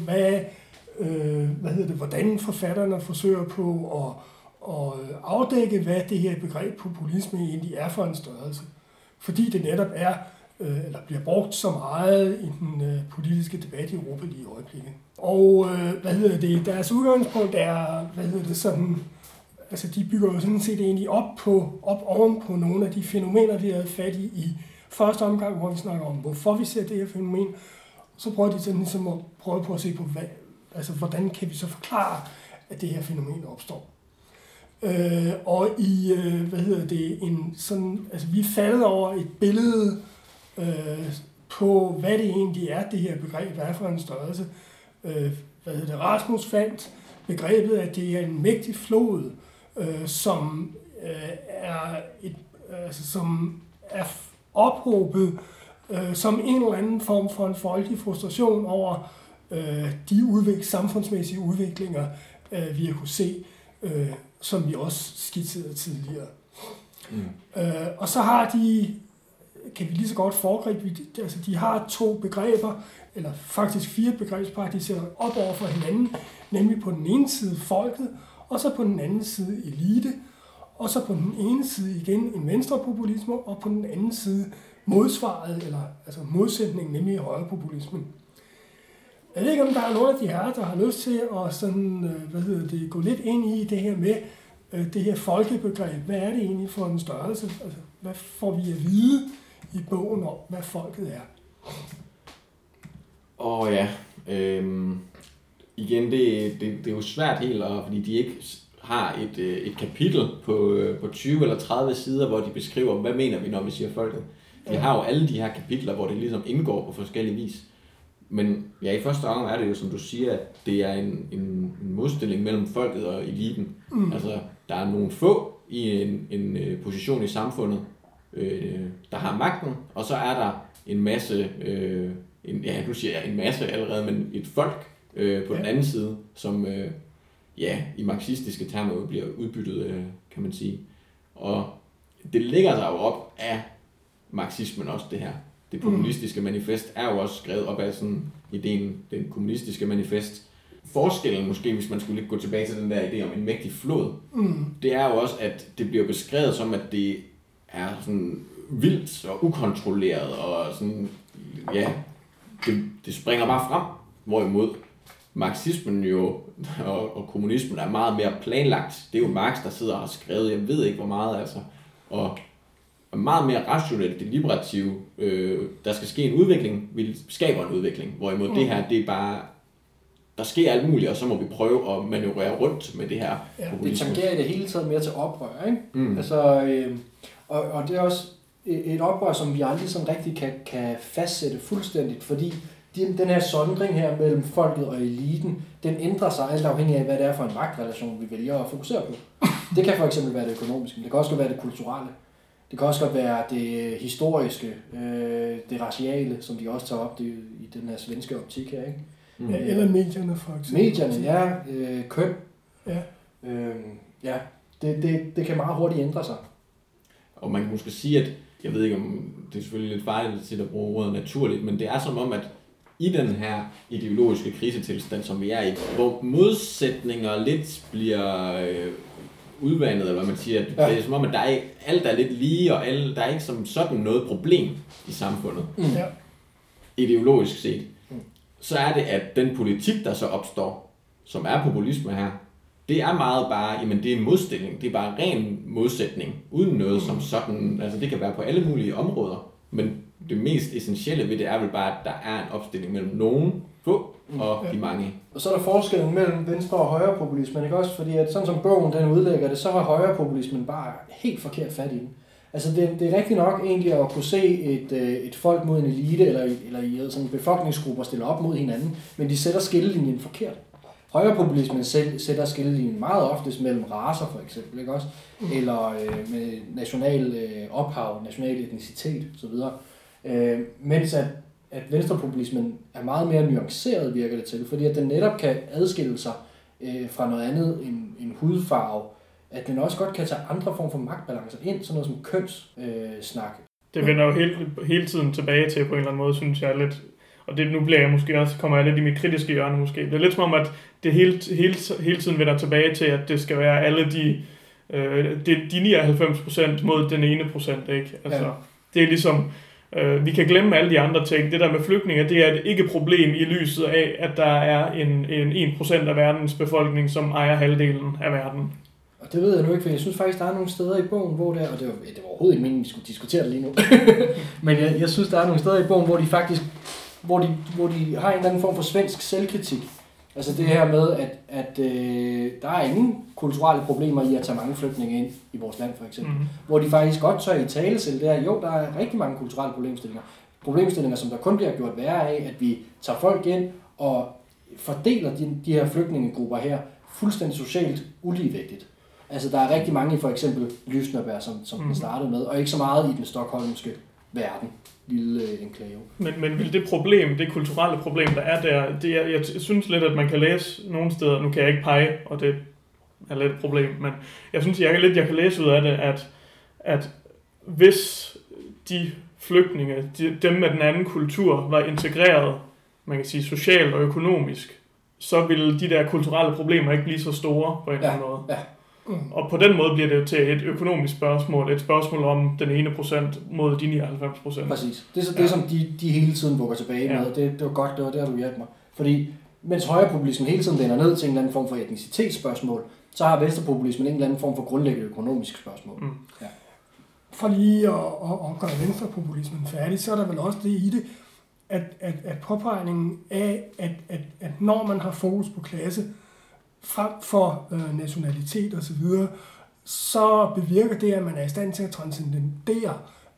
hvordan forfatterne forsøger på at afdække, hvad det her begreb populisme egentlig er for en størrelse. Fordi det netop er, eller bliver brugt så meget i den politiske debat i Europa lige i øjeblikket. Og deres udgangspunkt er, sådan, altså de bygger jo sådan set egentlig op oven på nogle af de fænomener, vi havde fat i første omgang, hvor vi snakker om, hvorfor vi ser det her fænomen. Så prøver de sådan ligesom at prøve på at se på, hvordan kan vi så forklare, at det her fænomen opstår. Og i, vi er faldet over et billede på, hvad det egentlig er, det her begreb er for en størrelse. Rasmus fandt begrebet, at det er en mægtig flod, som er ophobet som en eller anden form for en folkelig frustration over de samfundsmæssige udviklinger, vi har kunne se, som vi også skitserede tidligere. Og så har kan vi lige så godt foregribe, altså de har 2 begreber, eller faktisk 4 begrebspar, de sætter op over for hinanden, nemlig på den ene side folket, og så på den anden side elite, og så på den ene side igen en venstrepopulisme, og på den anden side modsvaret, eller altså modsætningen, nemlig højrepopulismen. Jeg ved ikke, om der er nogen af de her, der har lyst til at sådan, gå lidt ind i det her med det her folkebegreb. Hvad er det egentlig for en størrelse? Altså, hvad får vi at vide i bogen om, hvad folket er? Igen, det er jo svært helt, fordi de ikke har et kapitel på 20 eller 30 sider, hvor de beskriver, hvad mener vi, når vi siger folket. De har jo alle de her kapitler, hvor det ligesom indgår på forskellige vis. Men ja, i første omgang er det jo, som du siger, at det er en modstilling mellem folket og eliten. Altså, der er nogle få i en position i samfundet, der har magten, og så er der en masse, nu siger jeg en masse allerede, men et folk på den anden side, som i marxistiske termer bliver udbyttet, kan man sige. Og det ligger sig jo op af marxismen også, det her. Det kommunistiske manifest er jo også skrevet op af sådan ideen, den kommunistiske manifest. Forskellen måske, hvis man skulle ikke gå tilbage til den der idé om en mægtig flod, det er jo også, at det bliver beskrevet som, at det er sådan vildt og ukontrolleret, og sådan, det springer bare frem, hvorimod marxismen jo og kommunismen er meget mere planlagt. Det er jo Marx, der sidder og har skrevet, jeg ved ikke hvor meget, altså. Og meget mere rationelt, deliberative, der skal ske en udvikling, vi skaber en udvikling. Hvorimod det her, det er bare, der sker alt muligt, og så må vi prøve at manøvrere rundt med det her populisme. Det tangerer i det hele taget mere til oprør, ikke? Altså, og det er også et oprør, som vi aldrig sådan rigtig kan fastsætte fuldstændigt, fordi den her sondring her mellem folket og eliten, den ændrer sig alt afhængig af, hvad det er for en magtrelation, vi vælger at fokusere på. Det kan for eksempel være det økonomiske, men det kan også godt være det kulturelle. Det kan også godt være det historiske, det raciale, som de også tager op i den her svenske optik her, ikke? Ja, eller medierne for eksempel. Medierne, ja. Køn. Ja. Det kan meget hurtigt ændre sig. Og man kan måske sige, at jeg ved ikke, om det er selvfølgelig lidt farligt til at bruge ordet naturligt, men det er som om, at i den her ideologiske krisetilstand, som vi er i, hvor modsætninger lidt bliver udvandet, eller hvad man siger, det er som om, at alt er lidt lige, og der er ikke som sådan noget problem i samfundet, ideologisk set. Så er det, at den politik, der så opstår, som er populisme her, det er meget bare, jamen det er en modstilling, det er bare ren modsætning, uden noget som sådan, altså det kan være på alle mulige områder, men det mest essentielle ved det er vel bare, at der er en opstilling mellem nogen få og de mange. Og så er der forskellen mellem venstre- og højrepopulismen, ikke også? Fordi at sådan som bogen den udlægger det, så har højrepopulismen bare helt forkert fat i den. Altså det er rigtigt nok egentlig at kunne se et folk mod en elite, eller i sådan befolkningsgrupper stille op mod hinanden, men de sætter skillelinjen forkert. Højrepopulismen sætter skillelinjen meget oftest mellem racer for eksempel, ikke også? Eller med national ophav, national etnicitet osv. Mens at venstrepopulismen er meget mere nuanceret, virker det til, fordi at den netop kan adskille sig fra noget andet end hudfarve, at den også godt kan tage andre former for magtbalancer ind, sådan noget som kønssnak. Det vender jo hele tiden tilbage til på en eller anden måde, synes jeg lidt. Og det, nu bliver jeg måske også, kommer jeg lidt i mit kritiske hjørne måske. Det er lidt som om, at det hele tiden vender tilbage til, at det skal være alle de 99% mod den ene procent, ikke? Altså, det er ligesom, vi kan glemme alle de andre ting. Det der med flygtninge, det er et ikke-problem i lyset af, at der er en 1% af verdens befolkning, som ejer halvdelen af verden. Og det ved jeg nu ikke, for jeg synes faktisk, der er nogle steder i bogen, hvor det var overhovedet ikke meningen, vi skulle diskutere det lige nu. Men jeg synes, der er nogle steder i bogen, hvor de faktisk hvor de har en eller anden form for svensk selvkritik. Altså det her med, at der er ingen kulturelle problemer i at tage mange flygtninge ind i vores land, for eksempel. Hvor de faktisk godt tør i tale selv der. Jo, der er rigtig mange kulturelle problemstillinger. Problemstillinger, som der kun bliver gjort værre af, at vi tager folk ind og fordeler de her flygtningegrupper her fuldstændig socialt uligevægtigt. Altså der er rigtig mange i for eksempel Lysnabær, som den startede med, og ikke så meget i den stockholmske verden. Lille enklave. Men vil det kulturelle problem, der er der, jeg synes lidt, at man kan læse nogle steder, nu kan jeg ikke pege, og det er lidt et problem, men jeg synes, jeg kan læse ud af det, at hvis de flygtninge, dem med den anden kultur, var integreret, man kan sige socialt og økonomisk, så ville de der kulturelle problemer ikke blive så store på en eller anden måde. Ja. Og på den måde bliver det til et økonomisk spørgsmål, et spørgsmål om den ene procent mod de 99%. Præcis. Det er det, som de hele tiden vugger tilbage med. Det var godt, det var der, du hjalp mig. Fordi mens højrepopulismen hele tiden vender ned til en eller anden form for etnicitetsspørgsmål, så har venstrepopulismen en eller anden form for grundlæggende økonomisk spørgsmål. Ja. For lige at gøre venstrepopulismen færdig, så er der vel også det i det, at påpegningen af, at når man har fokus på klasse, frem for nationalitet og så videre, så bevirker det, at man er i stand til at transcendere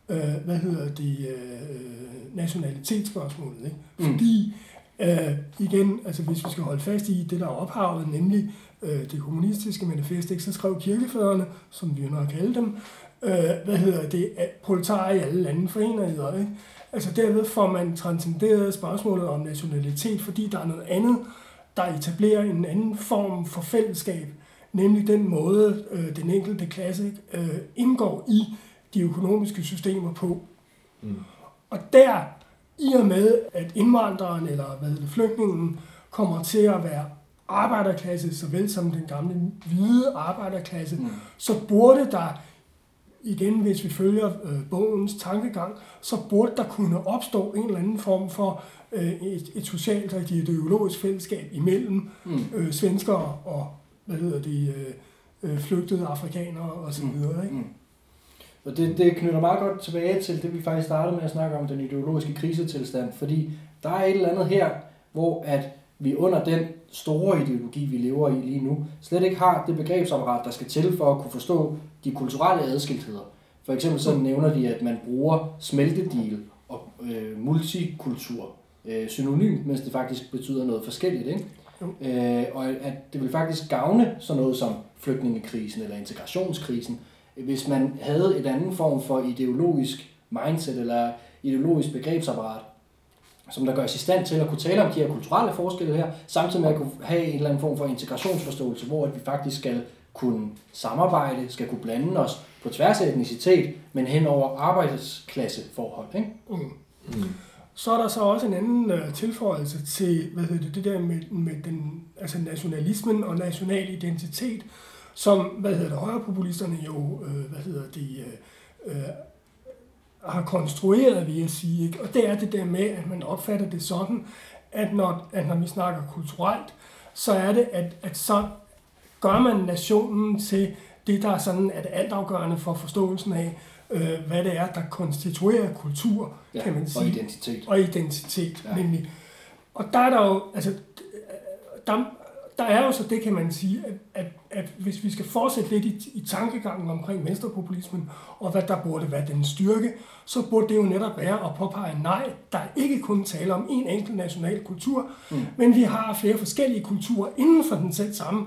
nationalitetsspørgsmålet. Ikke? Fordi, igen, altså hvis vi skal holde fast i det, der er ophavet, nemlig det kommunistiske manifest, ikke, så skrev kirkefædrene, som vi jo nok kalder dem, proletarer i alle lande forenede. Ikke? Altså derved får man transcenderet spørgsmålet om nationalitet, fordi der er noget andet, der etablerer en anden form for fællesskab, nemlig den måde, den enkelte klasse indgår i de økonomiske systemer på. Og der, i og med, at indvandreren eller flygtningen kommer til at være arbejderklasse, såvel som den gamle hvide arbejderklasse, så burde der, igen hvis vi følger bogens tankegang, så burde der kunne opstå en eller anden form for et socialt og et ideologisk fællesskab imellem svenskere og flygtede afrikanere og så videre. Ikke? Og det knytter meget godt tilbage til det, vi faktisk startede med at snakke om, den ideologiske krisetilstand, fordi der er et eller andet her, hvor at vi under den store ideologi, vi lever i lige nu, slet ikke har det begrebsapparat, der skal til for at kunne forstå de kulturelle adskiltheder. For eksempel så nævner de, at man bruger smeltedeal og multikultur synonymt, mens det faktisk betyder noget forskelligt, ikke? Og at det vil faktisk gavne sådan noget som flygtningekrisen eller integrationskrisen, hvis man havde et anden form for ideologisk mindset eller ideologisk begrebsapparat, som der gør os i stand til at kunne tale om de her kulturelle forskelle her, samtidig med at kunne have en eller anden form for integrationsforståelse, hvor at vi faktisk skal kunne samarbejde, skal kunne blande os på tværs af etnicitet, men hen over arbejdsklasseforhold, ikke? Så er der så også en anden tilføjelse til det der med den, altså nationalismen og national identitet, som højrepopulisterne jo har konstrueret, vil jeg sige, ikke? Og det er det der med, at man opfatter det sådan, at når vi snakker kulturelt, så er det, at så gør man nationen til det, der er sådan, at altafgørende for forståelsen af, hvad det er, der konstituerer kultur, kan man sige. Og identitet. Og identitet, ja. Nemlig. Og der er der jo, altså, der er jo så det, kan man sige, at hvis vi skal fortsætte lidt i tankegangen omkring venstrepopulismen, og hvad der burde være den styrke, så burde det jo netop være at påpege, nej, der er ikke kun tale om en enkelt national kultur, men vi har flere forskellige kulturer inden for den selv samme,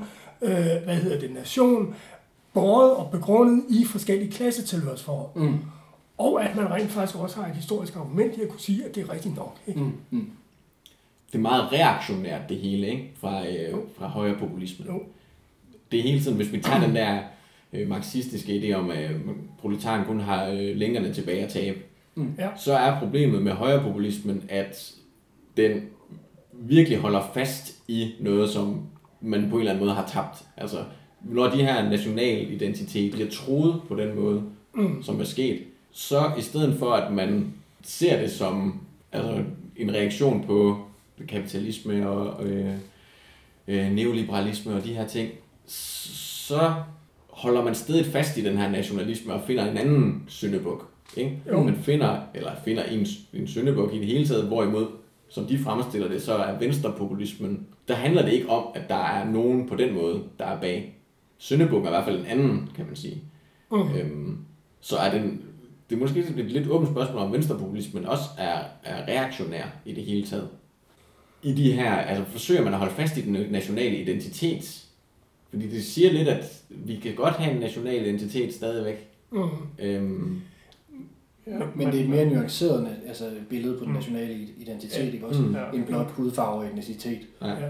nation, båret og begrundet i forskellige klassetilhørsforhold. Og at man rent faktisk også har et historisk argument i at kunne sige, at det er rigtigt nok. Ikke? Det er meget reaktionært det hele, ikke? Fra højrepopulismen. Det er hele tiden, hvis vi tager den der marxistiske idé om, at proletaren kun har længerne tilbage at tabe, så er problemet med højrepopulismen, at den virkelig holder fast i noget, som man på en eller anden måde har tabt. Altså, når de her national identitet bliver troet på den måde, som er sket, så i stedet for, at man ser det som en reaktion på kapitalisme og neoliberalisme og de her ting, så holder man stedet fast i den her nationalisme og finder en anden syndebuk. Ikke? Man finder en syndebuk i det hele taget, hvorimod, som de fremstiller det, så er venstrepopulismen. Der handler det ikke om, at der er nogen på den måde, der er bag. Syndebukken er i hvert fald en anden, kan man sige. Så er det er måske et lidt åbent spørgsmål, om venstrepopulismen også er reaktionær i det hele taget. I de her, altså forsøger man at holde fast i den nationale identitet. Fordi det siger lidt, at vi kan godt have en national identitet stadigvæk. Men det er et mere nuanceret billede på den nationale identitet, ikke også? En blot hudfarve og etnicitet.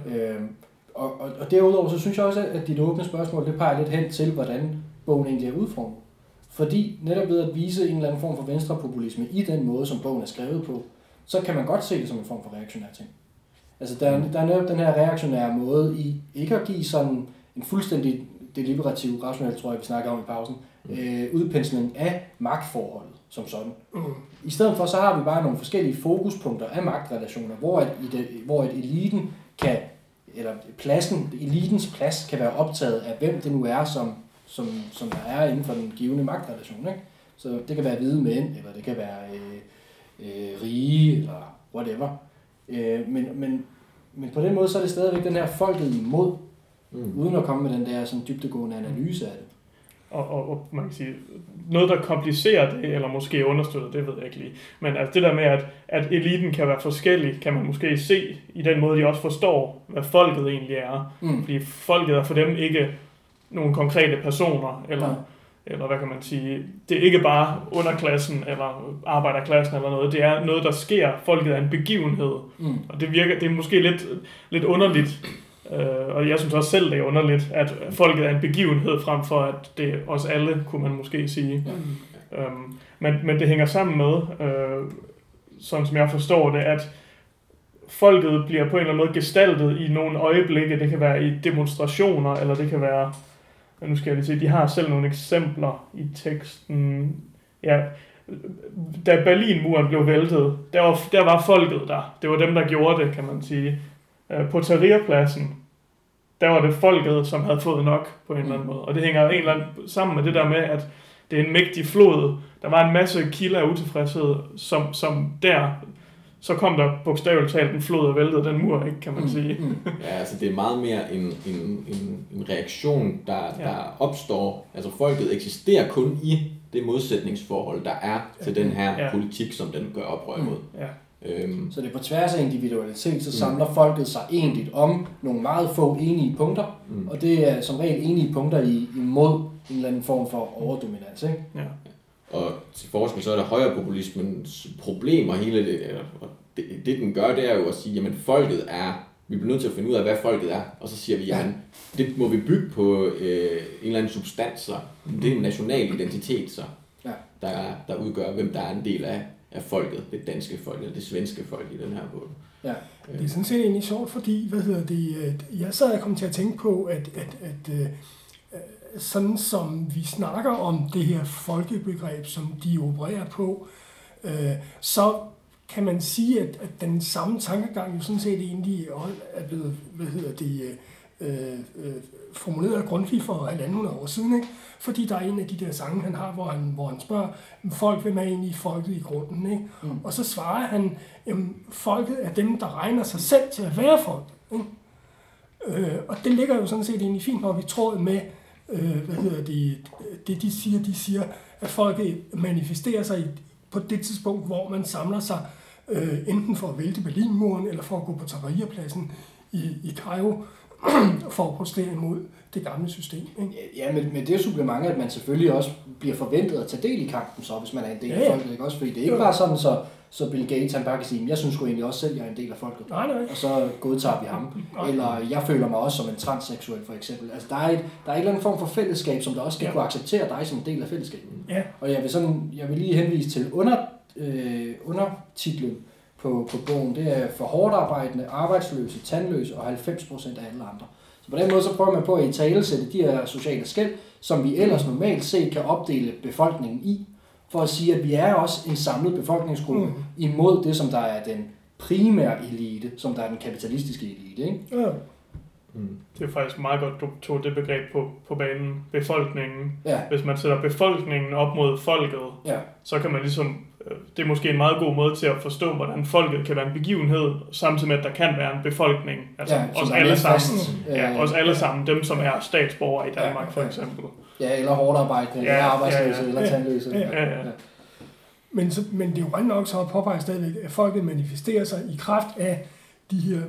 Og derudover så synes jeg også, at dit åbne spørgsmål, det peger lidt hen til, hvordan bogen egentlig er udformet. Fordi netop ved at vise en eller anden form for venstrepopulisme i den måde, som bogen er skrevet på, så kan man godt se det som en form for reaktionær ting. Altså der er netop den her reaktionære måde i ikke at give sådan en fuldstændig deliberativ, rationelt tror jeg, vi snakker om i pausen, udpensling af magtforholdet som sådan. I stedet for, så har vi bare nogle forskellige fokuspunkter af magtrelationer, hvor et eliten kan, eller elitens plads kan være optaget af, hvem det nu er, som der er inden for den givende magtrelation. Ikke? Så det kan være hvide mænd, eller det kan være rige, eller whatever. Men på den måde, så er det stadigvæk den her folket imod, uden at komme med den der sådan dybdegående analyse af det. Og man kan sige, noget der komplicerer det, eller måske understøtter det, ved jeg ikke lige. Men altså det der med, at eliten kan være forskellig, kan man måske se i den måde, de også forstår, hvad folket egentlig er. Fordi folket er for dem ikke nogle konkrete personer, eller hvad kan man sige, det er ikke bare underklassen, eller arbejderklassen, eller noget. Det er noget, der sker. Folket er en begivenhed. Og det er måske lidt underligt, og jeg synes også selv, det er underligt, at folket er en begivenhed, frem for at det er os alle, kunne man måske sige. Men det hænger sammen med, sådan som jeg forstår det, at folket bliver på en eller anden måde gestaltet i nogle øjeblikke. Det kan være i demonstrationer, eller det kan være, nu skal jeg lige se, de har selv nogle eksempler i teksten. Ja, da Berlinmuren blev væltet, der var folket der. Det var dem, der gjorde det, kan man sige. På Tahrirpladsen, der var det folket, som havde fået nok på en eller anden måde. Og det hænger sammen med det der med, det er en mægtig flod. Der var en masse kilder af utilfredshed, som der, så kom der bogstaveligt talt en flod og væltede den mur, ikke, kan man sige. Ja, altså det er meget mere en reaktion, der opstår. Altså folket eksisterer kun i det modsætningsforhold, der er til den her politik, som den gør oprør mod. Så det er på tværs af individualitet, så samler folket sig egentlig om nogle meget få enige punkter, og det er som regel enige punkter imod en eller anden form for overdominans, ikke? Ja. Og til forskning så er der højrepopulismens problem, og hele det den gør, det er jo at sige, jamen folket er, vi bliver nødt til at finde ud af, hvad folket er, og så siger vi, jamen det må vi bygge på en eller anden substans, så det er en national identitet, så der udgør, hvem der er en del af folket, det danske folk, eller det svenske folk i den her bog. Ja. Det er sådan set egentlig sjovt, fordi, jeg sad og kom til at tænke på, at sådan som vi snakker om det her folkebegreb, som de opererer på, så kan man sige, at den samme tankegang jo sådan set egentlig er blevet, formuleret af Grundtvig for 150 år siden, ikke? Fordi der er en af de der sange, han har, hvor han spørger, folk, hvem er egentlig folket i grunden, ikke? Og så svarer han, folket er dem, der regner sig selv til at være folk, ikke? Og det ligger jo sådan set egentlig fint nok i tråd med, det de siger. De siger, at folket manifesterer sig på det tidspunkt, hvor man samler sig, enten for at vælte Berlinmuren, eller for at gå på Tahrirpladsen i Kairo, for at protestere imod det gamle system. Ikke? Ja, men det er supplement, at man selvfølgelig også bliver forventet at tage del i kampen, så hvis man er en del af folket, ikke også? Fordi det er ikke bare sådan, så Bill Gates han bare kan sige, jeg synes sgu egentlig også selv, jeg er en del af folket. Nej. Og så godtager vi ham. Eller jeg føler mig også som en transseksuel, for eksempel. Altså, der er en eller anden form for fællesskab, som der også skal kunne acceptere dig som en del af fællesskabet. Ja. Og jeg vil lige henvise til undertitlen på bogen. Det er for hårdt arbejdende, arbejdsløse, tandløse og 90% af alle andre. Så på den måde så prøver man på at italesætte de her sociale skel, som vi ellers normalt set kan opdele befolkningen i, for at sige, at vi er også en samlet befolkningsgruppe imod det, som der er den primære elite, som der er den kapitalistiske elite, ikke? Ja. Det er faktisk meget godt, du tog det begreb på banen, befolkningen. Ja. Hvis man sætter befolkningen op mod folket, så kan man ligesom, det er måske en meget god måde til at forstå, hvordan folket kan være en begivenhed, samtidig med, at der kan være en befolkning. Altså os alle sammen. Os alle sammen, dem som er statsborgere i Danmark for eksempel. Ja, eller hårdt arbejdende, eller arbejdsløse, eller tandløse. Ja. Men det er jo rent nok så at påpege stadigvæk, at folket manifesterer sig i kraft af de her,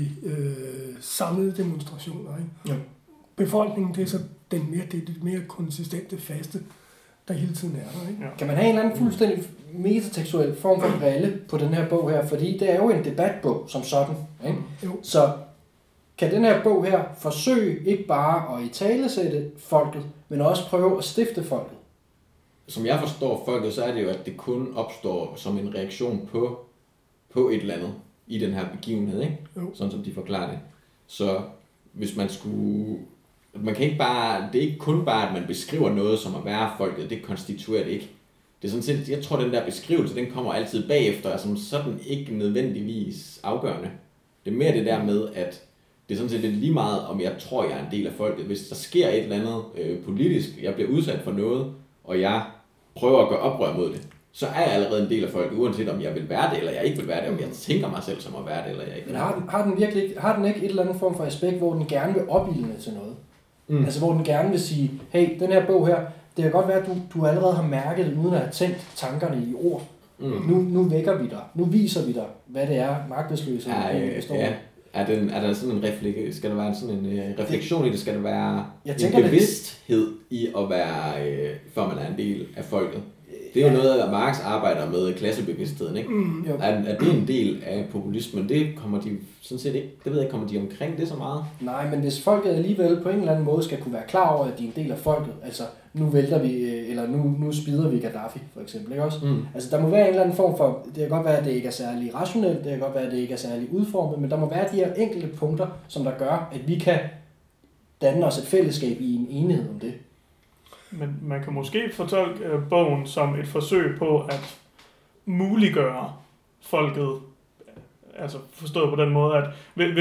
samlede demonstrationer. Ikke? Ja. Befolkningen, det er så det mere konsistente, faste, der hele tiden er der. Ikke? Ja. Kan man have en eller anden fuldstændig metatekstuel form for brille på den her bog her? Fordi det er jo en debatbog som sådan. Ikke? Så kan den her bog her forsøge ikke bare at italesætte folket, men også prøve at stifte folket? Som jeg forstår folket, så er det jo, at det kun opstår som en reaktion på et eller andet i den her begivenhed, ikke? Sådan som de forklarer det. Så hvis man skulle... Man kan ikke bare... Det er ikke kun bare, at man beskriver noget som at være folket. Det konstituerer det ikke. Det er sådan set... Jeg tror, den der beskrivelse, den kommer altid bagefter, og som sådan ikke nødvendigvis afgørende. Det er mere det der med, at det er sådan set lige meget, om jeg tror, jeg er en del af folket. Hvis der sker et eller andet politisk, jeg bliver udsat for noget, og jeg prøver at gøre oprør mod det, så er jeg allerede en del af folket, uanset om jeg vil være det, eller jeg ikke vil være det, om jeg tænker mig selv som at være det, eller jeg ikke vil være det. Men har den ikke et eller andet form for aspekt, hvor den gerne vil opildne til noget? Altså hvor den gerne vil sige, hey, den her bog her, det kan godt være, at du allerede har mærket det, uden at have tænkt tankerne i ord. Nu vækker vi dig. Nu viser vi dig, hvad det er, magtesløse består. Ja. Er der sådan skal der være sådan en refleksion i det? Skal der være en bevidsthed i at være, før man er en del af folket? Det er jo noget, at Marx arbejder med klassebevidstheden, ikke? Er det en del af populismen? Det kommer de sådan set ikke. Det ved jeg ikke, kommer de omkring det så meget? Nej, men hvis folket alligevel på en eller anden måde skal kunne være klar over, at de er en del af folket, altså nu vælter vi, eller nu spider vi Gaddafi, for eksempel, ikke også? Altså der må være en eller anden form for, det kan godt være, at det ikke er særlig rationelt, det kan godt være, at det ikke er særlig udformet, men der må være de her enkelte punkter, som der gør, at vi kan danne os et fællesskab i en enighed om det. Men man kan måske fortolke bogen som et forsøg på at muliggøre folket, altså forstået på den måde, at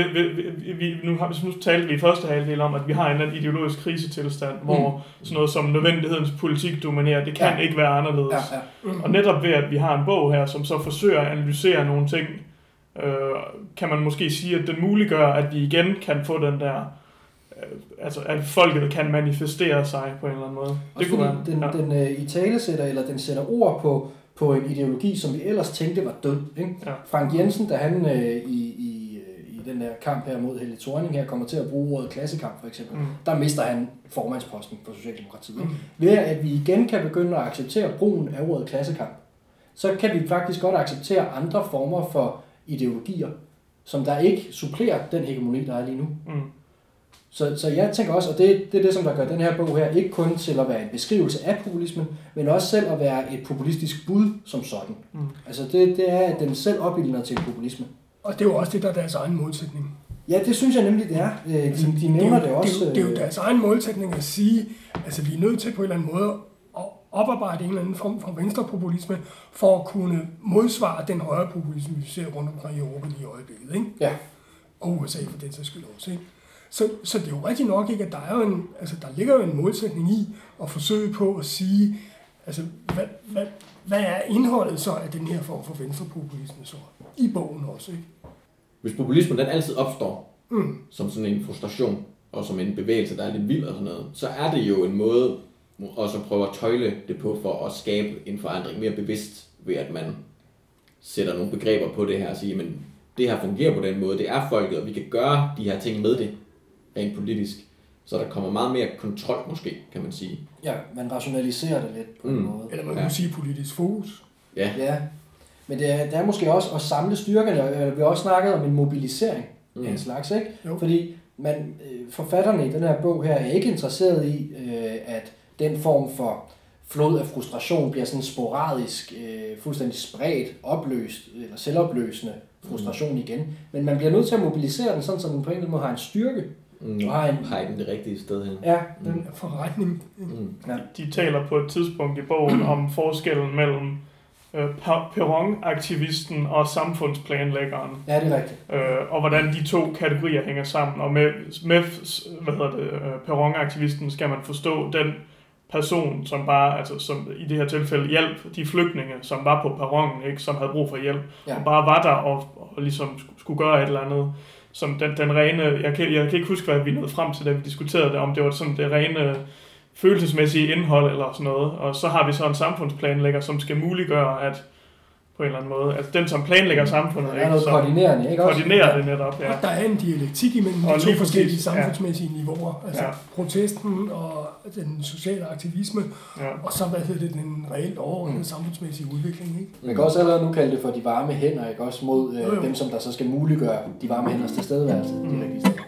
nu talte vi i første halvdel om, at vi har en ideologisk krisetilstand, hvor sådan noget som nødvendighedens politik dominerer. Det kan ikke være anderledes. Og netop ved, at vi har en bog her, som så forsøger at analysere nogle ting, kan man måske sige, at den muliggør, at vi igen kan få den der, altså at folket kan manifestere sig på en eller anden måde. Det kunne være, den italesætter, eller den sætter ord på en ideologi, som vi ellers tænkte var død. Ikke? Ja. Frank Jensen, da han i den der kamp her mod Helle Thorning her kommer til at bruge ordet klassekamp for eksempel, der mister han formandsposten for Socialdemokratiet. Ved at vi igen kan begynde at acceptere brugen af ordet klassekamp, så kan vi faktisk godt acceptere andre former for ideologier, som der ikke supplerer den hegemoni, der er lige nu. Så jeg tænker også, og det er det, som der gør den her bog her, ikke kun til at være en beskrivelse af populismen, men også selv at være et populistisk bud som sådan. Altså det er, at den selv opildner til populisme. Og det er jo også det, der er deres egen målsætning. Ja, det synes jeg nemlig, det er. De nævner det også. Det er jo deres egen målsætning at sige, altså vi er nødt til på en eller anden måde at oparbejde en eller anden form for venstrepopulisme, for at kunne modsvare den højre populisme, vi ser rundt omkring i Europa i øjeblikket. Ikke? Ja. Og USA for den sags skyld også. Ikke? Så det er jo rigtig nok ikke, at der ligger jo en målsætning i at forsøge på at sige, altså hvad er indholdet så af den her form for venstrepopulisme så i bogen også, ikke? Hvis populismen den altid opstår som sådan en frustration og som en bevægelse, der er lidt vild og sådan noget, så er det jo en måde også at prøve at tøjle det på for at skabe en forandring mere bevidst ved at man sætter nogle begreber på det her og siger, men det her fungerer på den måde, det er folket, og vi kan gøre de her ting med det rent politisk. Så der kommer meget mere kontrol måske, kan man sige. Ja, man rationaliserer det lidt på en måde. Eller man kan sige politisk fokus. Ja. Men det er måske også at samle styrkerne. Vi har også snakket om en mobilisering af en slags, ikke? Jo. Fordi forfatterne i den her bog her er ikke interesseret i, at den form for flod af frustration bliver sådan sporadisk, fuldstændig spredt, opløst eller selvopløsende frustration igen. Men man bliver nødt til at mobilisere den, sådan så den på en eller anden måde har en styrke. Og har den det rigtige sted hen. Ja, den forretning. Ja. De taler på et tidspunkt i bogen om forskellen mellem perronaktivisten og samfundsplanlæggeren. Ja, det er rigtigt. Og hvordan de to kategorier hænger sammen. Og med perronaktivisten skal man forstå den person, som bare, altså som i det her tilfælde hjalp de flygtninge, som var på perronen, ikke, som havde brug for hjælp, og bare var der og ligesom skulle gøre et eller andet. Som den rene, jeg kan ikke huske, hvad vi nåede frem til, da vi diskuterede det, om det var sådan det rene følelsesmæssige indhold eller sådan noget. Og så har vi så en samfundsplanlægger, som skal muliggøre, at på en eller anden måde, altså den, som planlægger samfundet, der er noget koordinerende, ikke? Koordinerer det netop, ja. Og der er en dialektik imellem de to forskellige samfundsmæssige niveauer. Altså protesten og den sociale aktivisme, og så, den reelt overordnede samfundsmæssige udvikling, ikke? Man kan også allerede nu kalde det for de varme hænder, ikke? Også mod dem, som der så skal muliggøre de varme hænders tilstedeværelse. De rigtige steder.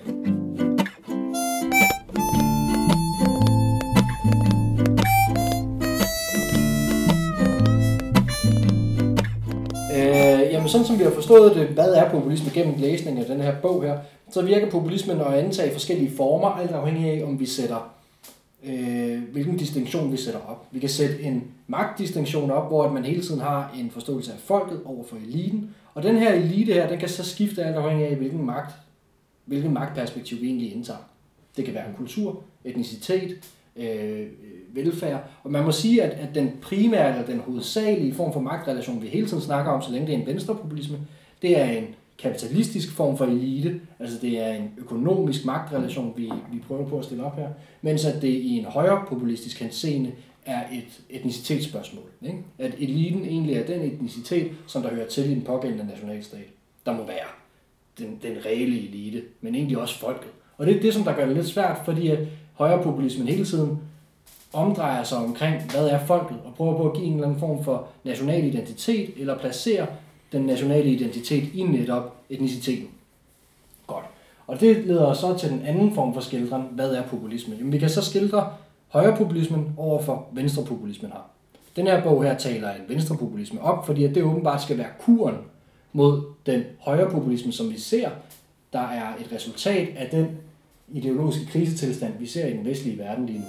Jamen sådan som vi har forstået det, hvad er populisme gennem læsning af den her bog her, så virker populismen at antage forskellige former, alt afhængig af, om vi sætter, hvilken distinktion vi sætter op. Vi kan sætte en magtdistinktion op, hvor man hele tiden har en forståelse af folket over for eliten, og den her elite her, den kan så skifte alt afhængig af, hvilken magtperspektiv vi egentlig indtager. Det kan være en kultur, etnicitet, velfærd. Og man må sige, at den primære eller den hovedsagelige form for magtrelation, vi hele tiden snakker om, så længe det er en venstrepopulisme, det er en kapitalistisk form for elite, altså det er en økonomisk magtrelation, vi prøver på at stille op her, mens at det i en højere populistisk henseende er et etnicitetsspørgsmål. Ikke? At eliten egentlig er den etnicitet, som der hører til i den pågældende nationalstat, der må være den reelle elite, men egentlig også folket. Og det er det, som der gør det lidt svært, fordi at højrepopulismen hele tiden omdrejer sig omkring, hvad er folket, og prøver på at give en eller anden form for national identitet, eller placere den nationale identitet i netop etniciteten. Godt. Og det leder os så til den anden form for skildring, hvad er populisme? Jamen, vi kan så skildre højrepopulismen over for venstrepopulismen her. Den her bog her taler en venstrepopulisme op, fordi at det åbenbart skal være kuren mod den højrepopulisme, som vi ser, der er et resultat af den ideologiske krisetilstand, vi ser i den vestlige verden lige nu.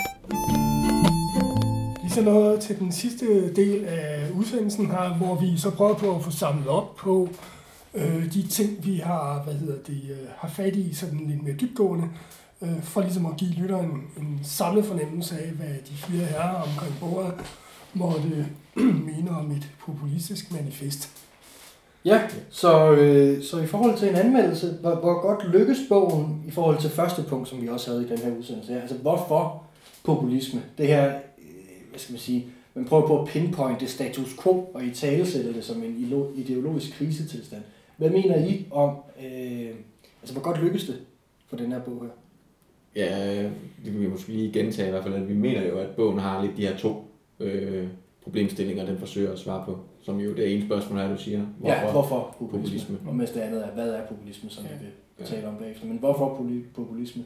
Vi så nåede til den sidste del af udsendelsen her, hvor vi så prøver på at få samlet op på, de ting, vi har, har fat i sådan lidt mere dybgående, for ligesom at give lytteren en samlet fornemmelse af, hvad de fire herrer omkring bordet måtte mene om et populistisk manifest. Ja, så i forhold til en anmeldelse, hvor godt lykkes bogen i forhold til første punkt, som vi også havde i den her udsendelse her? Altså, hvorfor populisme? Det her, hvad skal man sige, man prøver på at pinpointe status quo og i talesætte det som en ideologisk krisetilstand. Hvad mener I om, altså hvor godt lykkes det for den her bog her? Ja, det kan vi måske lige gentage i hvert fald, at vi mener jo, at bogen har lidt de her to problemstillinger, den forsøger at svare på. Som jo det ene spørgsmål er, du siger. Hvorfor populisme? Og mest det andet er, hvad er populisme, som vi vil tale om bagefter. Men hvorfor populisme?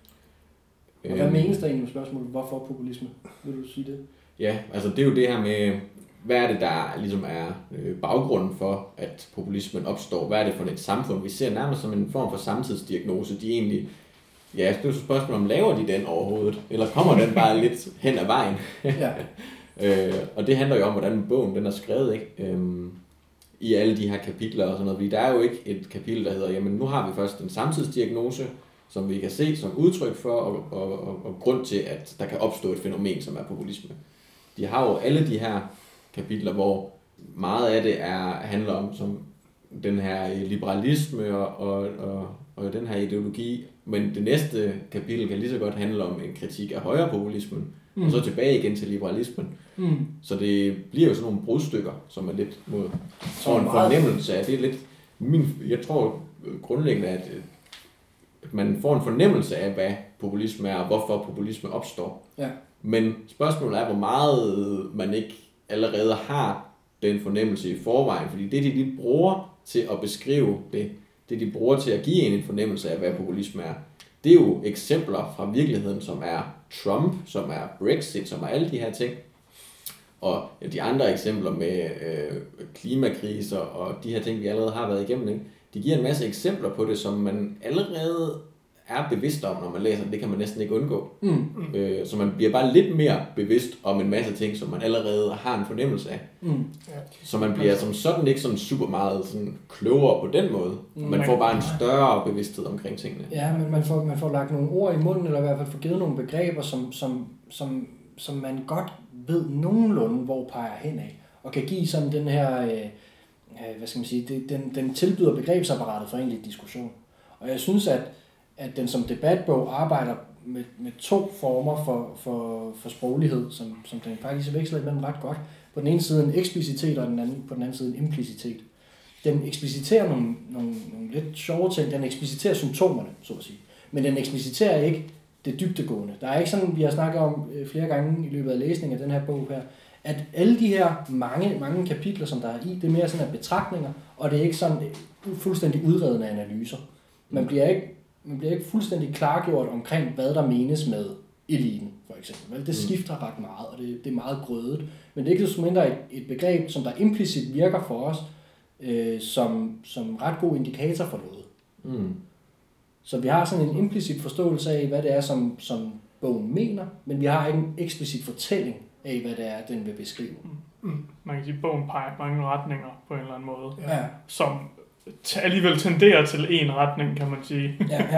Og hvad menes der egentlig med spørgsmålet, hvorfor populisme? Vil du sige det? Ja, altså det er jo det her med, hvad er det, der ligesom er baggrunden for, at populismen opstår? Hvad er det for et samfund? Vi ser nærmest som en form for samtidsdiagnose. De egentlig, ja, det er jo så spørgsmål om, laver de den overhovedet? Eller kommer den bare lidt hen ad vejen? Ja. Og det handler jo om, hvordan bogen den er skrevet, ikke? I alle de her kapitler og sådan noget. Fordi der er jo ikke et kapitel, der hedder, jamen nu har vi først en samtidsdiagnose, som vi kan se som udtryk for, og grund til, at der kan opstå et fænomen, som er populisme. De har jo alle de her kapitler, hvor meget af det handler om som den her liberalisme og den her ideologi, men det næste kapitel kan lige så godt handle om en kritik af højrepopulismen, og så tilbage igen til liberalismen. Så det bliver jo sådan nogle brudstykker, som er lidt mod en fornemmelse af, det er lidt, jeg tror grundlæggende, at man får en fornemmelse af, hvad populisme er, og hvorfor populisme opstår. Ja. Men spørgsmålet er, hvor meget man ikke allerede har den fornemmelse i forvejen, fordi det, de bruger til at beskrive det de bruger til at give en fornemmelse af, hvad populisme er, det er jo eksempler fra virkeligheden, som er Trump, som er Brexit, som er alle de her ting. Og de andre eksempler med klimakriser og de her ting, vi allerede har været igennem, ikke? De giver en masse eksempler på det, som man allerede er bevidst om, når man læser det. Det kan man næsten ikke undgå. Så man bliver bare lidt mere bevidst om en masse ting, som man allerede har en fornemmelse af. Så man bliver som sådan ikke sådan super meget sådan klogere på den måde. Man får bare en større bevidsthed omkring tingene. Ja, men man får lagt nogle ord i munden, eller i hvert fald får givet nogle begreber, som man godt ved nogenlunde, hvor peger hen af. Og kan give sådan den her, hvad skal man sige, den tilbyder begrebsapparatet for egentlig diskussion. Og jeg synes, at den som debatbog arbejder med to former for sproglighed, som den faktisk veksler imellem ret godt. På den ene side en eksplicitet, og på den anden side en implicitet. Den ekspliciterer nogle lidt sjove ting. Den ekspliciterer symptomerne, så at sige. Men den ekspliciterer ikke det dybdegående. Der er ikke sådan, vi har snakket om flere gange i løbet af læsningen af den her bog her, at alle de her mange kapitler, som der er i, det er mere sådan af betragtninger, og det er ikke sådan fuldstændig udredende analyser. Man bliver ikke fuldstændig klargjort omkring, hvad der menes med eliten, for eksempel. Det skifter ret meget, og det er meget grødet. Men det er ikke så mindre et begreb, som der implicit virker for os, som ret god indikator for noget. Så vi har sådan en implicit forståelse af, hvad det er, som bogen mener, men vi har ikke en eksplicit fortælling af, hvad det er, den vil beskrive. Man kan sige, at bogen peger mange retninger på en eller anden måde, som alligevel tenderer til en retning, kan man sige.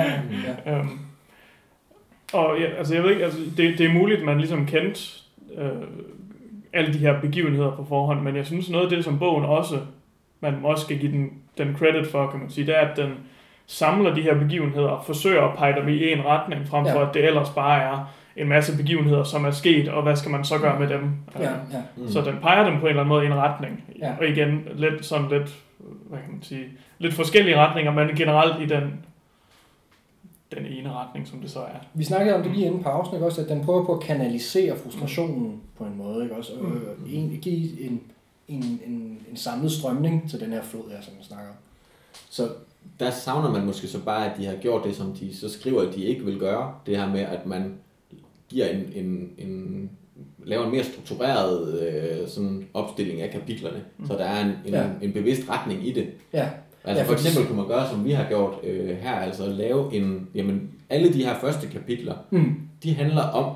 Og ja, altså jeg ved ikke, altså det er muligt, at man ligesom kendte alle de her begivenheder på forhånd, men jeg synes noget af det, som bogen også, man også skal give den credit for, kan man sige, det er, at den samler de her begivenheder og forsøger at pege dem i en retning, frem for at det ellers bare er en masse begivenheder, som er sket, og hvad skal man så gøre med dem? Så den peger dem på en eller anden måde i en retning. Og igen, lidt, hvad kan man sige, lidt forskellige retninger, men generelt i den ene retning, som det så er. Vi snakkede om det lige inden pausen, ikke også, at den prøver på at kanalisere frustrationen på en måde, ikke også, og give en samlet strømning til den her flod her, som vi snakker om. Så der savner man måske så bare, at de har gjort det, som de så skriver, at de ikke vil gøre. Det her med, at man giver laver en mere struktureret sådan opstilling af kapitlerne, så der er en bevidst retning i det. Altså for eksempel kunne man gøre, som vi har gjort her, altså lave alle de her første kapitler, de handler om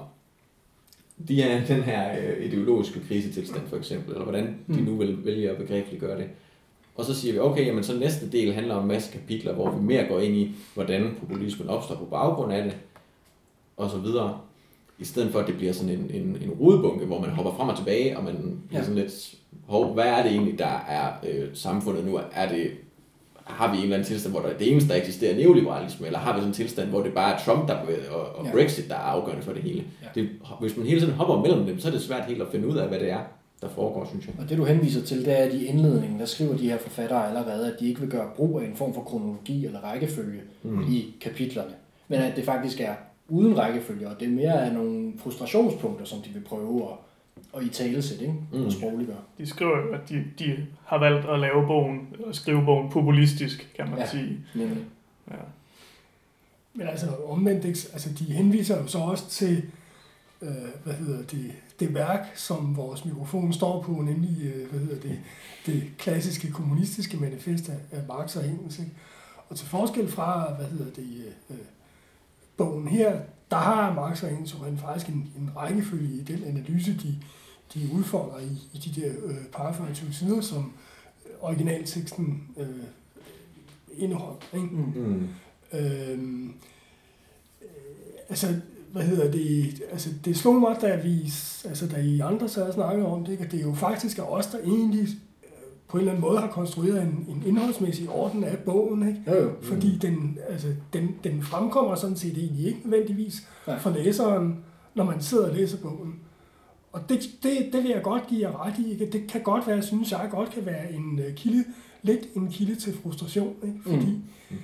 den her ideologiske krisetilstand for eksempel, eller hvordan de nu vil vælge at begrebsliggøre det. Og så siger vi, okay, jamen så næste del handler om en masse kapitler, hvor vi mere går ind i, hvordan populismen opstår på baggrund af det, og så videre. I stedet for, at det bliver sådan en rodebunke, hvor man hopper frem og tilbage, og man bliver sådan lidt, hvad er det egentlig, der er samfundet nu? Har vi en eller anden tilstand, hvor det eneste, der eksisterer, neoliberalisme, eller har vi sådan en tilstand, hvor det bare er Trump og Brexit, der er afgørende for det hele? Ja. Hvis man hele tiden hopper mellem dem, så er det svært helt at finde ud af, hvad det er, der foregår, synes jeg. Og det du henviser til, det er, at i indledningen, der skriver de her forfattere allerede, at de ikke vil gøre brug af en form for kronologi eller rækkefølge i kapitlerne, men at det faktisk er uden rækkefølge, og det er mere af nogle frustrationspunkter, som de vil prøve at italesætte, ikke? Og sprogliggøre. De skriver jo, at de har valgt at lave bogen, eller skrive bogen populistisk, kan man sige. Nemlig. Ja. Men altså omvendt, altså de henviser jo så også til, det værk, som vores mikrofon står på, nemlig, det klassiske kommunistiske manifest af Marx og Engels, ikke? Og til forskel fra, bogen her, der har Marx og Engels jo faktisk en rækkefølge i den analyse, de udfolder i de der par 25 sider, som originalteksten indeholder. Ikke? Det slog mig, da I andre så snakkede om det, ikke? At det jo faktisk er os, der egentlig på en eller anden måde har konstrueret en indholdsmæssig orden af bogen, ikke? Fordi den fremkommer sådan set egentlig ikke nødvendigvis for læseren, når man sidder og læser bogen. Og det vil jeg godt give jer ret i, ikke? Det kan godt være, synes jeg godt kan være en kilde til frustration, ikke? Fordi,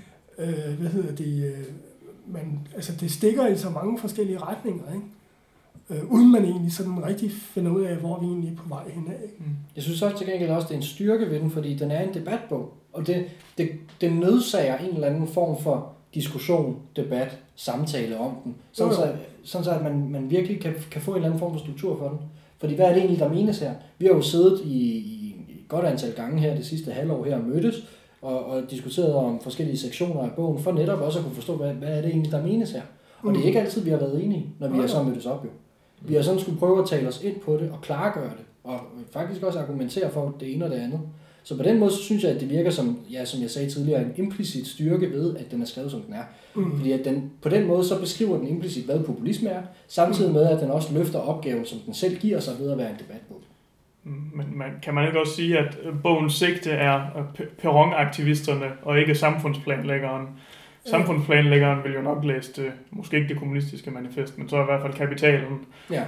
det stikker i så mange forskellige retninger, ikke? Uden man egentlig sådan rigtig finder ud af, hvor vi egentlig er på vej henad. Jeg synes også til gengæld også, det er en styrke ved den, fordi den er en debatbog, og det nødsager en eller anden form for diskussion, debat, samtale om den, sådan så at man virkelig kan få en eller anden form for struktur for den. Fordi hvad er det egentlig, der menes her? Vi har jo siddet i godt antal gange her det sidste halvår her og mødtes, og diskuteret om forskellige sektioner af bogen, for netop også at kunne forstå, hvad er det egentlig, der menes her. Og det er ikke altid, vi har været enige, når vi har så mødtes op jo. Vi har sådan skulle prøve at tale os ind på det og klargøre det, og faktisk også argumentere for det ene og det andet. Så på den måde, så synes jeg, at det virker som jeg sagde tidligere, en implicit styrke ved, at den er skrevet, som den er. Fordi at på den måde, så beskriver den implicit, hvad populisme er, samtidig med, at den også løfter opgaven, som den selv giver sig ved at være en debatbog. Men kan man ikke også sige, at bogens sigte er perronaktivisterne og ikke samfundsplanlæggeren? Samfundsplanlæggeren vil jo nok læse det, måske ikke det kommunistiske manifest, men så i hvert fald kapitalen. Ja.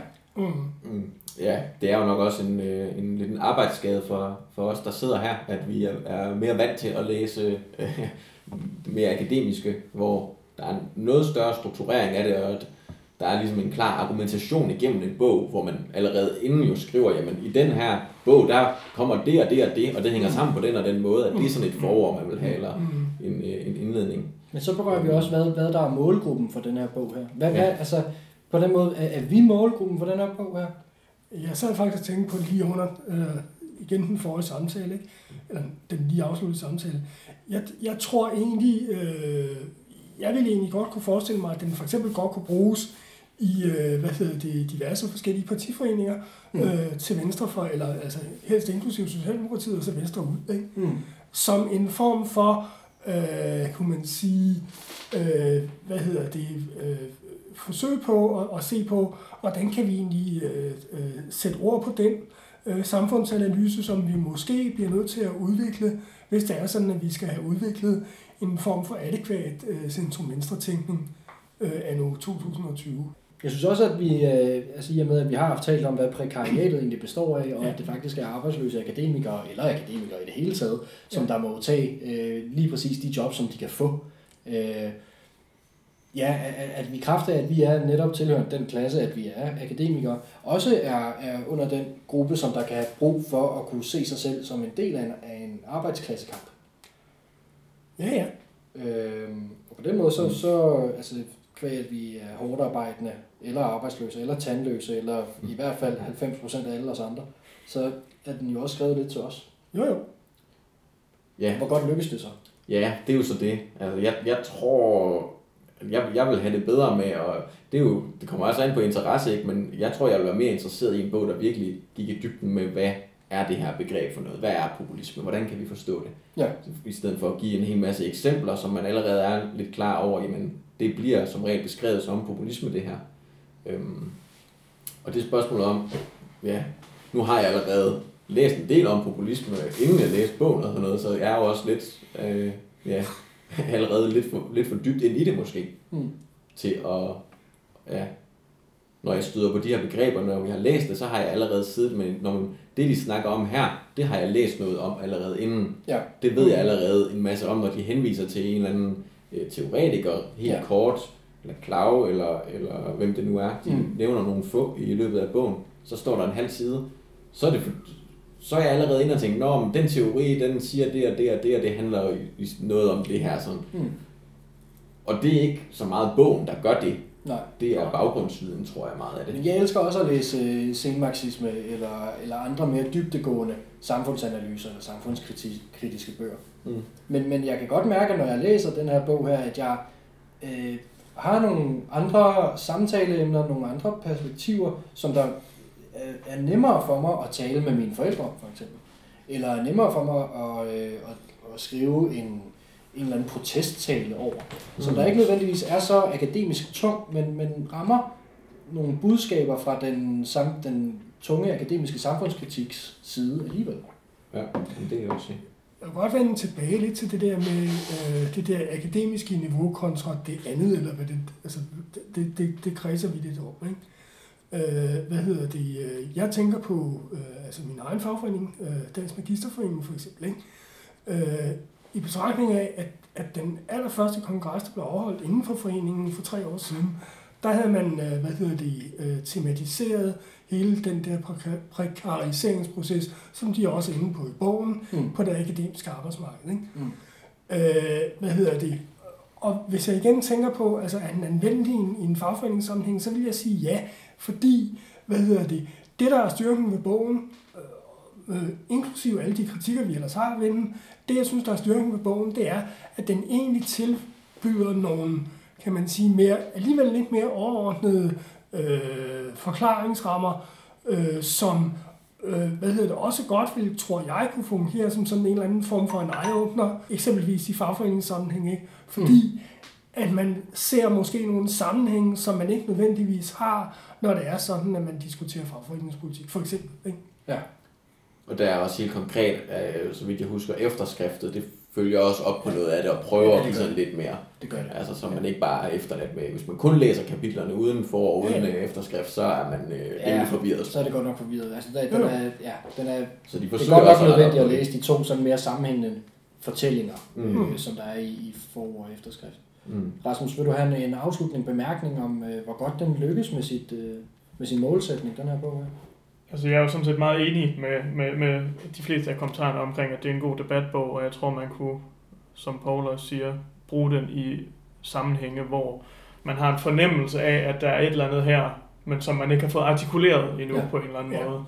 Ja, det er jo nok også en arbejdsskade for os, der sidder her, at vi er mere vant til at læse mere akademiske, hvor der er noget større strukturering af det, og der er ligesom en klar argumentation igennem en bog, hvor man allerede inden jo skriver, jamen i den her bog, der kommer det og det og det, og det hænger sammen på den og den måde, at det er sådan et forord, man vil have, eller en indledning. Men så berører vi også, hvad der er målgruppen for den her bog her. Altså, på den måde, er vi målgruppen for den her bog her? Jeg sad faktisk og tænkte på lige under, igen den forrige samtale, ikke? Eller den lige afsluttede samtale. Jeg tror egentlig, jeg ville egentlig godt kunne forestille mig, at den for eksempel godt kunne bruges i diverse forskellige partiforeninger til venstre for, eller altså helst inklusive Socialdemokratiet og så venstre ud, ikke? Som en form for, kunne man sige, forsøg på at se på, hvordan kan vi egentlig sætte ord på den samfundsanalyse, som vi måske bliver nødt til at udvikle, hvis det er sådan, at vi skal have udviklet en form for adekvat centrum-venstre-tænkning anno 2020. Jeg synes også, at vi, i og med, at vi har haft talt om, hvad prekariatet egentlig består af, og at det faktisk er arbejdsløse akademikere, eller akademikere i det hele taget, som der må tage lige præcis de jobs, som de kan få. At vi kræfter, at vi er netop tilhørende den klasse, at vi er akademikere, også er under den gruppe, som der kan have brug for at kunne se sig selv som en del af en arbejdsklassekamp. Ja. Og på den måde, så kvæg, at vi er hårdt arbejdende, eller arbejdsløse, eller tandløse, eller i hvert fald 90% af alle os andre, så er den jo også skrevet lidt til os. Jo. Ja. Hvor godt lykkes det så? Ja, det er jo så det. Altså, jeg tror, jeg vil have det bedre med, og det kommer også an på interesse, ikke? Men jeg tror, jeg vil være mere interesseret i en bog, der virkelig gik i dybden med, hvad er det her begreb for noget? Hvad er populisme? Hvordan kan vi forstå det? Ja. I stedet for at give en hel masse eksempler, som man allerede er lidt klar over, jamen det bliver som regel beskrevet som populisme det her. Og det er spørgsmålet om, ja, nu har jeg allerede læst en del om populisme, inden jeg læste bogen og sådan noget, så jeg er jo også lidt, allerede lidt for dybt ind i det måske, til at, ja, når jeg støder på de her begreber, når vi har læst det, så har jeg allerede siddet med, det de snakker om her, det har jeg læst noget om allerede inden. Ja. Det ved jeg allerede en masse om, når de henviser til en eller anden teoretiker, helt kort, eller Klau, eller hvem det nu er, de nævner nogle få i løbet af bogen, så står der en halv side, så er jeg allerede inde og tænker, men den teori, den siger det og det og det, og det handler jo noget om det her. Sådan. Og det er ikke så meget bogen, der gør det. Nej. Det er baggrundsviden, tror jeg, meget af det. Jeg elsker også at læse senmarxisme eller andre mere dybdegående samfundsanalyser eller samfundskritiske bøger. Men jeg kan godt mærke, når jeg læser den her bog her, at jeg har nogle andre samtaleemner, nogle andre perspektiver, som der er nemmere for mig at tale med mine forældre, for eksempel. Eller er nemmere for mig at skrive en eller anden protesttale over. Som der ikke nødvendigvis er så akademisk tung, men rammer nogle budskaber fra den tunge akademiske samfundskritiks side alligevel. Ja, det er også. Jeg vil godt vende tilbage lidt til det der med det der akademiske niveau kontra det andet, eller hvad det, altså det kredser vi lidt over, ikke? Jeg tænker på min egen fagforening, Dansk Magisterforening for eksempel, ikke? I betragtning af, at den allerførste kongres, der blev afholdt inden for foreningen for 3 år siden, der havde man tematiseret hele den der prekariseringsproces, som de er også inde på i bogen, på det akademiske arbejdsmarked, ikke? Og hvis jeg igen tænker på, altså er den anvendelig i en fagforeningssammenhæng, så vil jeg sige ja, fordi, det der er styrken ved bogen, inklusive alle de kritikker, vi ellers har ved den, det jeg synes, der er styrken ved bogen, det er, at den egentlig tilbyder nogle, kan man sige, alligevel lidt mere overordnede forklaringsrammer, som også godt vil, tror jeg, kunne fungere som sådan en eller anden form for en eye-opener, eksempelvis i fagforeningssammenhæng, ikke? Fordi at man ser måske nogle sammenhænge, som man ikke nødvendigvis har, når det er sådan, at man diskuterer fagforeningspolitik, for eksempel, ikke? Ja. Og der er også helt konkret, så vidt jeg husker, efterskriftet, det følger også op på noget af det og prøver at give sådan lidt mere. Det gør det. Altså, så man ikke bare er efterladt med. Hvis man kun læser kapitlerne udenfor og uden efterskrift, så er man rimelig forvirret. Så er det godt nok forvirret. Altså, den er så de det er godt nok nødvendigt at læse de 2 sådan mere sammenhængende fortællinger, som der er i for- og efterskrift. Rasmus, vil du have en afslutning bemærkning om, hvor godt den lykkes med sin målsætning, den her bog her? Altså, jeg er jo sådan set meget enig med de fleste af kommentarerne omkring, at det er en god debatbog, og jeg tror, man kunne, som Paul også siger, bruge den i sammenhænge, hvor man har en fornemmelse af, at der er et eller andet her, men som man ikke har fået artikuleret endnu på en eller anden måde.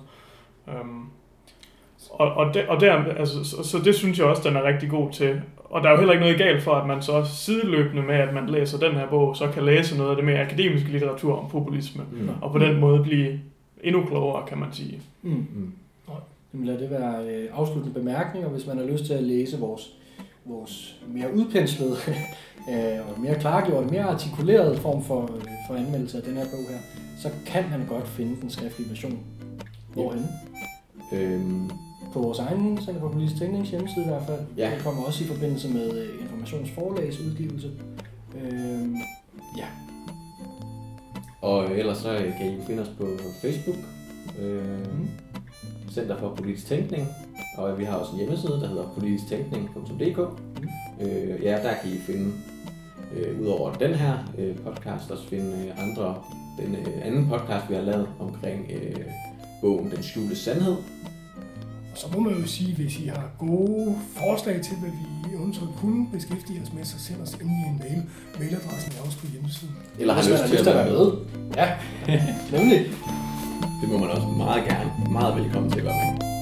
Så det synes jeg også, den er rigtig god til. Og der er jo heller ikke noget galt for, at man så sideløbende med, at man læser den her bog, så kan læse noget af det mere akademiske litteratur om populisme, og på den måde blive endnu klogere, kan man sige. Jamen lad det være afsluttende bemærkninger, hvis man har lyst til at læse vores mere udpenslede og mere klargjorte, mere artikuleret form for anmeldelse af den her bog her, så kan man godt finde den skriftlige version. Hvorhenne? På vores egen Center for Politisk Tænknings hjemmeside i hvert fald. Ja. Det kommer også i forbindelse med Informationsforlags udgivelse. Og ellers så kan I finde os på Facebook, Center for Politisk Tænkning, og vi har også en hjemmeside, der hedder politisktænkning.dk. Der kan I finde, udover den her podcast, også finde den anden podcast, vi har lavet omkring bogen Den skjulte sandhed. Og så må man jo sige, hvis I har gode forslag til, hvad vi eventuelt kunne beskæftige os med, så send os endelig en mail. Mailadressen er også på hjemmesiden. Eller har lyst til at være med. Ja, nemlig. Det må man også meget gerne. Meget velkommen til at være med.